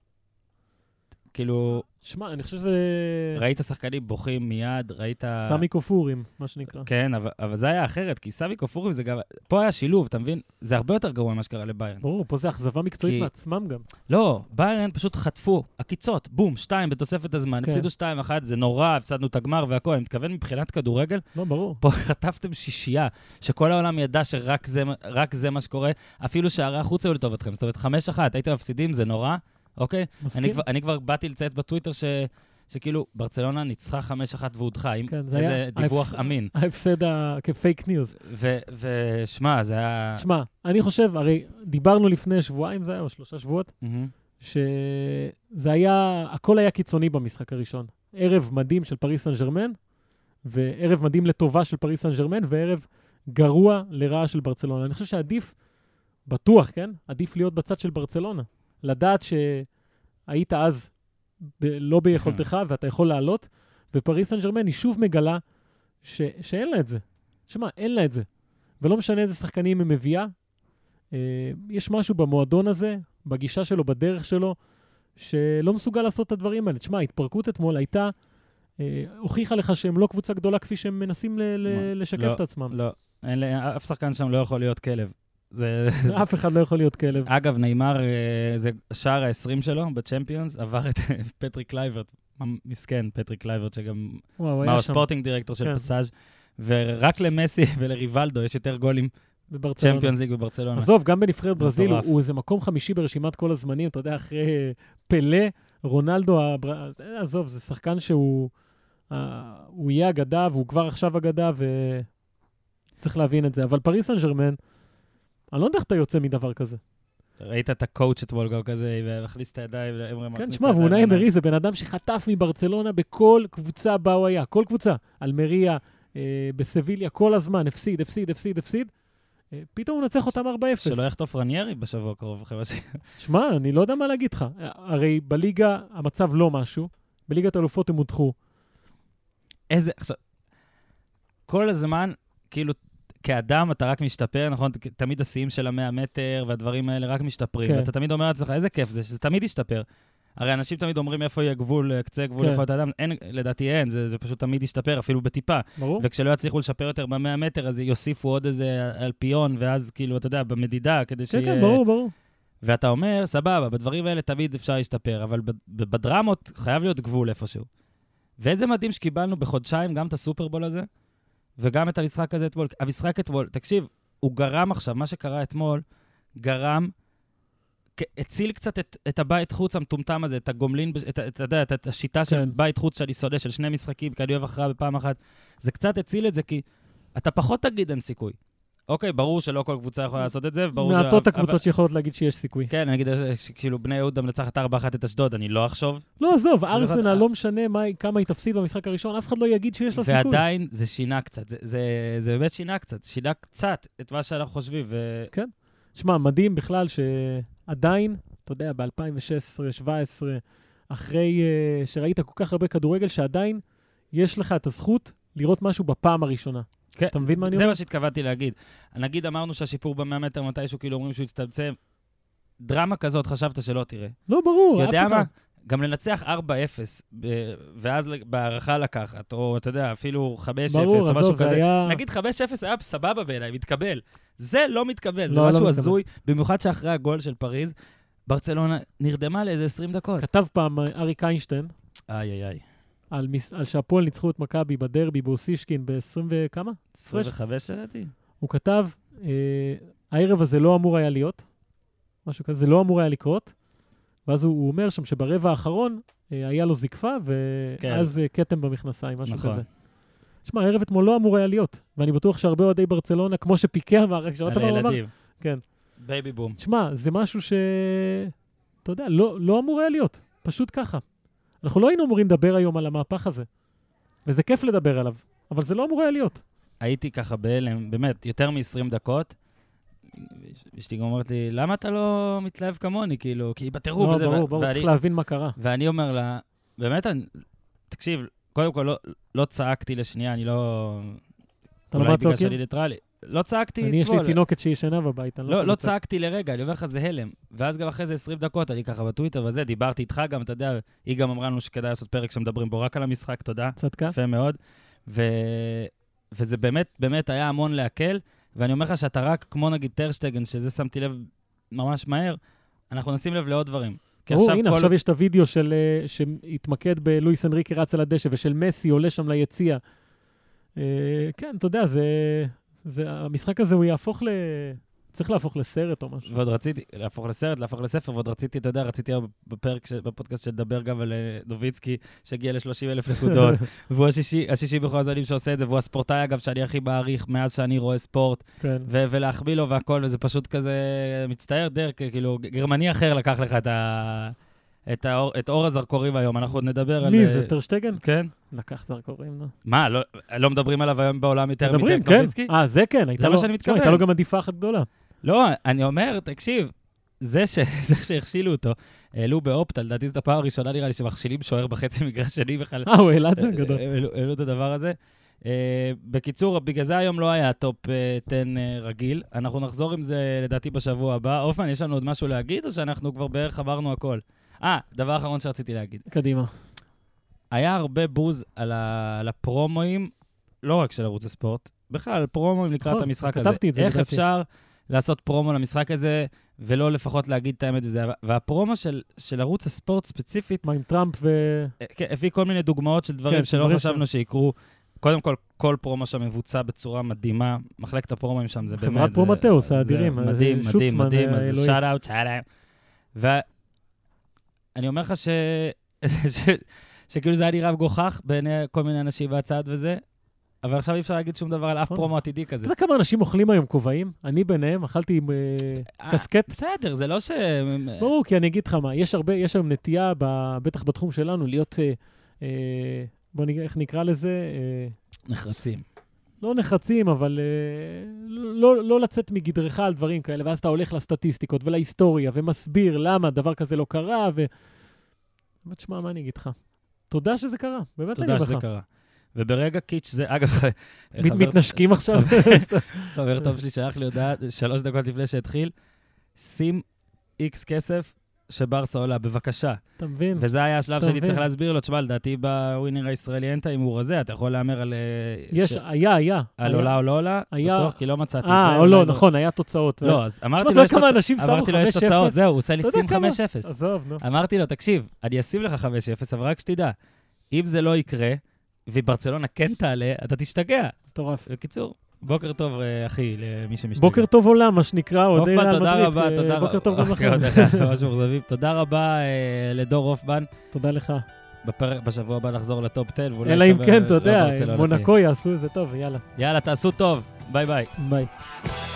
[SPEAKER 1] כאילו...
[SPEAKER 2] שמע, אני חושב שזה...
[SPEAKER 1] ראית שחקנים בוכים מיד, ראית...
[SPEAKER 2] סמי קופורים, מה שנקרא.
[SPEAKER 1] כן, אבל, אבל זה היה אחרת, כי סמי קופורים זה גם... פה היה שילוב, אתה מבין? זה הרבה יותר גרוע ממה שקרה לביירן.
[SPEAKER 2] ברור, פה זה אכזבה מקצועית כי... מעצמם גם.
[SPEAKER 1] לא, ביירן פשוט חטפו, עקיצות, בום, שתיים בתוספת הזמן, כן. הפסידו שתיים אחת, זה נורא, הפסדנו את הגמר והכל, אני מתכוון מבחינת כדורגל.
[SPEAKER 2] לא, ברור.
[SPEAKER 1] פה חטפתם שישייה, שכל העולם ידע שרק זה, רק זה מה שקורה, אפילו שהערה החוצה היו לטובתכם. זאת אומרת, חמש אחת, הייתם מפסידים, זה נורא. אוקיי? אני כבר, אני כבר באתי לציית בטוויטר ש, שכאילו, ברצלונה ניצחה חמש אחת והודחה, כן, איזה היה, דיווח ההפס... אמין.
[SPEAKER 2] ההפסד כפייק ניוז.
[SPEAKER 1] ושמע, זה היה...
[SPEAKER 2] שמע, אני חושב, הרי דיברנו לפני שבועיים, זה היה, או שלושה שבועות, mm-hmm. שזה היה, הכל היה קיצוני במשחק הראשון. ערב מדהים של פריס סן ז'רמן, וערב מדהים לטובה של פריס סן ז'רמן, וערב גרוע לרעה של ברצלונה. אני חושב שעדיף, בטוח, כן? עדיף להיות בצד של ברצלונה. לדעת שהיית אז ב- לא ביכולתך ואתה יכול לעלות, ופריס סן ז'רמן היא שוב מגלה ש- שאין לה את זה. שמה, אין לה את זה. ולא משנה איזה שחקנים הם מביאה, אה, יש משהו במועדון הזה, בגישה שלו, בדרך שלו, שלא מסוגל לעשות את הדברים האלה. תשמע, ההתפרקות אתמול הייתה, אה, הוכיחה לך שהם לא קבוצה גדולה כפי שהם מנסים ל- ל- לשקף
[SPEAKER 1] לא,
[SPEAKER 2] את עצמם.
[SPEAKER 1] לא, אין, אף שחקן שם לא יכול להיות כלב. זה...
[SPEAKER 2] אף אחד לא יכול להיות כלב.
[SPEAKER 1] אגב, ניימר, זה שער ה-עשרים שלו בצ'מפיונס, עבר את פטריק קלייברט, מסכן, פטריק קלייברט, שגם מה הוא ספורטינג דירקטור של פסאז', ורק למסי ולריבלדו יש יותר גולים צ'מפיונס ליג בברצלונה.
[SPEAKER 2] עזוב, גם בנבחרת ברזיל, הוא איזה מקום חמישי ברשימת כל הזמנים, אתה יודע, אחרי פלה, רונלדו, עזוב, זה שחקן שהוא יהיה אגדה, והוא כבר עכשיו אגדה, וצריך להבין את זה. אבל פריס סן ז'רמן, אני לא יודע איך אתה יוצא מדבר כזה.
[SPEAKER 1] ראית את הקואוצ' אתמול גם כזה, והכניס את הידיים.
[SPEAKER 2] כן, שמע, ואונאי אמרי זה בן אדם שחטף מברצלונה בכל קבוצה בה הוא היה, כל קבוצה. אלמריה, בסביליה, כל הזמן, הפסיד, הפסיד, הפסיד, הפסיד. פתאום הוא נצח אותם ארבע אפס.
[SPEAKER 1] שלא יחטוף רניירי בשבוע הקרוב.
[SPEAKER 2] שמע, אני לא יודע מה להגיד לך. הרי בליגה המצב לא משהו, בליגת אלופות הם הודחו.
[SPEAKER 1] איזה, עכשיו, כל הזמן, כאילו, כאדם אתה רק משתפר, נכון? תמיד השיאים של המאה מטר והדברים האלה רק משתפרים. כן. ואתה תמיד אומר לעצמך, איזה כיף זה, שזה תמיד ישתפר. הרי אנשים תמיד אומרים איפה יהיה גבול, קצה גבול, כן. יכולת האדם. אין, לדעתי אין, זה, זה פשוט תמיד ישתפר, אפילו בטיפה.
[SPEAKER 2] ברור.
[SPEAKER 1] וכשלא יצליחו לשפר יותר במאה מטר, אז יוסיפו עוד איזה אלפיון, ואז כאילו, אתה יודע, במדידה, כדי
[SPEAKER 2] כן,
[SPEAKER 1] שיהיה...
[SPEAKER 2] כן, ברור, ברור.
[SPEAKER 1] ואתה אומר, סבבה, בדברים האלה תמיד אפשר להשתפר, אבל בדרמות חייב להיות גבול איפשהו. ואיזה מדהים שקיבלנו בחודשיים גם את הסופרבול הזה, וגם את המשחק הזה אתמול. המשחק אתמול, תקשיב, הוא גרם עכשיו, מה שקרה אתמול, גרם, הציל קצת את, את הבית חוץ המטומטם הזה, את הגומלין, את, את, את, את, את השיטה כן. של בית חוץ שאני סודה, של שני משחקים, כי אני אוהב הכרעה בפעם אחת. זה קצת הציל את זה, כי אתה פחות תגיד אין סיכוי. אוקיי, ברור שלא כל קבוצה יכולה לעשות את זה, וברור
[SPEAKER 2] מעטות הקבוצות שיכולות להגיד שיש סיכוי.
[SPEAKER 1] כן, אני אגיד שכאילו בני יהודה מנצחת ארבע אחת את אשדוד, אני לא אחשוב.
[SPEAKER 2] לא, עזוב, ארסנל לא משנה כמה היא תפסיד במשחק הראשון, אף אחד לא יגיד שיש לה סיכוי.
[SPEAKER 1] ועדיין זה שינה קצת, זה באמת שינה קצת, שינה קצת את מה שאנחנו חושבים.
[SPEAKER 2] כן. תשמע, מדהים בכלל שעדיין, אתה יודע, ב-אלפיים ושש עשרה שבע עשרה, אחרי שראית כל כך הרבה כדורגל, שעדיין יש לך את הזכות לראות משהו בפעם הראשונה.
[SPEAKER 1] כן,
[SPEAKER 2] אתה מבין מה אני
[SPEAKER 1] זה
[SPEAKER 2] אומר?
[SPEAKER 1] מה שהתכוונתי להגיד. נגיד, אמרנו שהשיפור במאה מטר מתישהו, כאילו אומרים שהוא יצטמצם. דרמה כזאת חשבת שלא תראה.
[SPEAKER 2] לא, ברור.
[SPEAKER 1] יודע מה? גם לנצח ארבע אפס, ואז בהערכה לקחת, או אתה יודע, אפילו חמש אפס או משהו כזה. היה... נגיד חמש אפס היה סבבה בעיניי, מתקבל. זה לא מתקבל, לא, זה משהו לא הזוי, מתקבל. במיוחד שאחרי הגול של פריז, ברצלונה נרדמה לאיזה עשרים דקות.
[SPEAKER 2] כתב פעם אריק איינשטיין,
[SPEAKER 1] איי איי איי.
[SPEAKER 2] על, מס... על שהפועל ניצחו את מכבי בדרבי באוסישקין ב-עשרים וכמה?
[SPEAKER 1] עשרים וחמש לדעתי.
[SPEAKER 2] הוא כתב, אה, הערב הזה לא אמור היה להיות, משהו כזה, זה לא אמור היה לקרות, ואז הוא, הוא אומר שם שברבע האחרון אה, היה לו זקפה, ואז כן. אה, קטם במכנסיים, משהו נכון. כזה. תשמע, הערב אתמול לא אמור היה להיות, ואני בטוח שהרבה אוהדי ברצלונה, כמו שפיקה אמר, רק שעות אמר, אמר, כן.
[SPEAKER 1] בייבי בום.
[SPEAKER 2] תשמע, זה משהו ש... אתה יודע, לא, לא אמור היה להיות, פשוט ככה. אנחנו לא היינו אמורים לדבר היום על המהפך הזה, וזה כיף לדבר עליו, אבל זה לא אמור היה להיות.
[SPEAKER 1] הייתי ככה בהלם, באמת, יותר מ-עשרים דקות, אשתי גם אומרת לי, למה אתה לא מתלהב כמוני, כאילו, כי היא בטירוף וזה.
[SPEAKER 2] לא, ברור, ברור, צריך להבין מה קרה.
[SPEAKER 1] ואני אומר לה, באמת, תקשיב, קודם כל, לא צעקתי לשנייה, אני לא...
[SPEAKER 2] אתה לא מה צועקים?
[SPEAKER 1] שאני ליטרלי. לא צעקתי
[SPEAKER 2] אתמול. אני יש לי תינוקת שהיא ישנה בבית.
[SPEAKER 1] לא, לא צעקתי לרגע, אני אומר לך, זה הלם. ואז גם אחרי זה עשרים דקות, אני ככה בטוויטר וזה, דיברתי איתך גם, אתה יודע, היא גם אמרה לנו שכדאי לעשות פרק שמדברים בו רק על המשחק, תודה.
[SPEAKER 2] צדקה.
[SPEAKER 1] יפה מאוד. וזה באמת, באמת היה המון להקל, ואני אומר לך שאתה רק, כמו נגיד טרשטגן, שזה שמתי לב ממש מהר, אנחנו נשים לב לעוד דברים.
[SPEAKER 2] ברור, הנה, עכשיו יש את הוידאו שהתמקד בלואיס אנריקי רץ על הדשא, ושל מסי עולה שם ליציע. כן, אתה יודע, זה... זה, המשחק הזה הוא יהפוך ל... צריך להפוך לסרט או משהו.
[SPEAKER 1] ועוד רציתי, להפוך לסרט, להפוך לספר, ועוד רציתי, אתה יודע, רציתי בפרק, בפודקאסט שדבר גם על דוביצקי, שהגיע ל-שלושים אלף נקודות, והוא השישי, השישי בכל הזמנים שעושה את זה, והוא הספורטאי, אגב, שאני הכי מעריך מאז שאני רואה ספורט,
[SPEAKER 2] כן.
[SPEAKER 1] ו- ולהחביא לו והכל, וזה פשוט כזה מצטער דרך, כאילו, גרמני אחר לקח לך את ה... את, האור, את אור הזרקורים היום, אנחנו עוד נדבר על...
[SPEAKER 2] מי זה, טרשטגן?
[SPEAKER 1] כן.
[SPEAKER 2] לקח זרקורים, לא.
[SPEAKER 1] מה, לא, לא מדברים עליו היום בעולם יותר
[SPEAKER 2] מדברים,
[SPEAKER 1] מדי נוביצקי?
[SPEAKER 2] כן. אה, זה כן.
[SPEAKER 1] זה מה שאני מתכוון.
[SPEAKER 2] הייתה לו גם עדיפה אחת גדולה.
[SPEAKER 1] לא, אני אומר, תקשיב, זה, ש... זה שהכשילו אותו, העלו באופטה, לדעתי זאת הפעם הראשונה נראה לי שמכשילים שוער בחצי מגרש שני בכלל.
[SPEAKER 2] אה, הוא העלה את זה גדול.
[SPEAKER 1] העלו את הדבר הזה. בקיצור, בגלל זה היום לא היה טופ עשר רגיל. אנחנו נחזור עם זה לדעתי בשבוע הבא. אופן, יש לנו עוד משהו להגיד, או שאנחנו כבר בערך עברנו הכל? אה, דבר אחרון שרציתי להגיד.
[SPEAKER 2] קדימה.
[SPEAKER 1] היה הרבה בוז על, ה... על הפרומואים, לא רק של ערוץ הספורט, בכלל, פרומואים לקראת המשחק הזה.
[SPEAKER 2] כתבתי את זה.
[SPEAKER 1] איך אפשר לעשות פרומו למשחק הזה, ולא לפחות להגיד את האמת וזה. והפרומו של, של ערוץ הספורט ספציפית...
[SPEAKER 2] מה עם טראמפ ו...
[SPEAKER 1] כן, הביא כל מיני דוגמאות של דברים
[SPEAKER 2] כן,
[SPEAKER 1] שלא
[SPEAKER 2] דברים
[SPEAKER 1] חשבנו
[SPEAKER 2] שם.
[SPEAKER 1] שיקרו. קודם כל, כל פרומו שם מבוצע בצורה מדהימה. מחלקת הפרומואים שם זה באמת...
[SPEAKER 2] חברת פרומטאוס, האדירים.
[SPEAKER 1] מדהים, מדהים, מדהים. אז שאט אאוט, שאט אאוט. אני אומר לך ש... שכאילו זה היה נראה מגוחך בעיני כל מיני אנשים בצד וזה, אבל עכשיו אי אפשר להגיד שום דבר על אף פרומו עתידי כזה.
[SPEAKER 2] אתה יודע כמה אנשים אוכלים היום כובעים? אני ביניהם, אכלתי עם קסקט.
[SPEAKER 1] בסדר, זה לא ש...
[SPEAKER 2] ברור, כי אני אגיד לך מה, יש הרבה, יש היום נטייה, בטח בתחום שלנו, להיות, בוא נגיד, איך נקרא לזה?
[SPEAKER 1] נחרצים.
[SPEAKER 2] לא נחרצים, אבל לא, לא לצאת מגדרך על דברים כאלה, ואז אתה הולך לסטטיסטיקות ולהיסטוריה, ומסביר למה דבר כזה לא קרה, ו... באמת שמע, מה אני אגיד לך? תודה שזה קרה, באמת אני
[SPEAKER 1] תודה שזה קרה. וברגע קיץ' זה, אגב...
[SPEAKER 2] מתנשקים עכשיו.
[SPEAKER 1] חבר טוב שלי שלח לי הודעה, שלוש דקות לפני שהתחיל, שים איקס כסף שברסה עולה, בבקשה.
[SPEAKER 2] אתה מבין?
[SPEAKER 1] וזה היה השלב שאני צריך להסביר לו, תשמע, לדעתי בווינר הישראלי אין את ההימור הזה, אתה יכול להמר על...
[SPEAKER 2] יש, היה, היה.
[SPEAKER 1] על עולה או לא עולה? בטוח, כי לא מצאתי את זה.
[SPEAKER 2] אה, או לא, נכון, היה תוצאות.
[SPEAKER 1] לא, אז אמרתי לו יש תוצאות, זהו, הוא עושה לי שים חמש אפס.
[SPEAKER 2] עזוב, נו.
[SPEAKER 1] אמרתי לו, תקשיב, אני אשים לך חמש אפס, אבל רק שתדע, אם זה לא יקרה, וברצלונה כן תעלה, אתה תשתגע.
[SPEAKER 2] מטורף.
[SPEAKER 1] בקיצור, בוקר טוב, אחי, למי שמשתגע.
[SPEAKER 2] בוקר טוב עולם, מה שנקרא, עוד ריאל מדריד.
[SPEAKER 1] תודה רבה, תודה רבה.
[SPEAKER 2] בוקר טוב גם לכם.
[SPEAKER 1] תודה רבה לדור הופמן.
[SPEAKER 2] תודה לך.
[SPEAKER 1] בשבוע הבא נחזור לטופ עשר.
[SPEAKER 2] אלא אם כן, אתה יודע, מונקו יעשו את זה טוב, יאללה.
[SPEAKER 1] יאללה, תעשו טוב. ביי ביי.
[SPEAKER 2] ביי.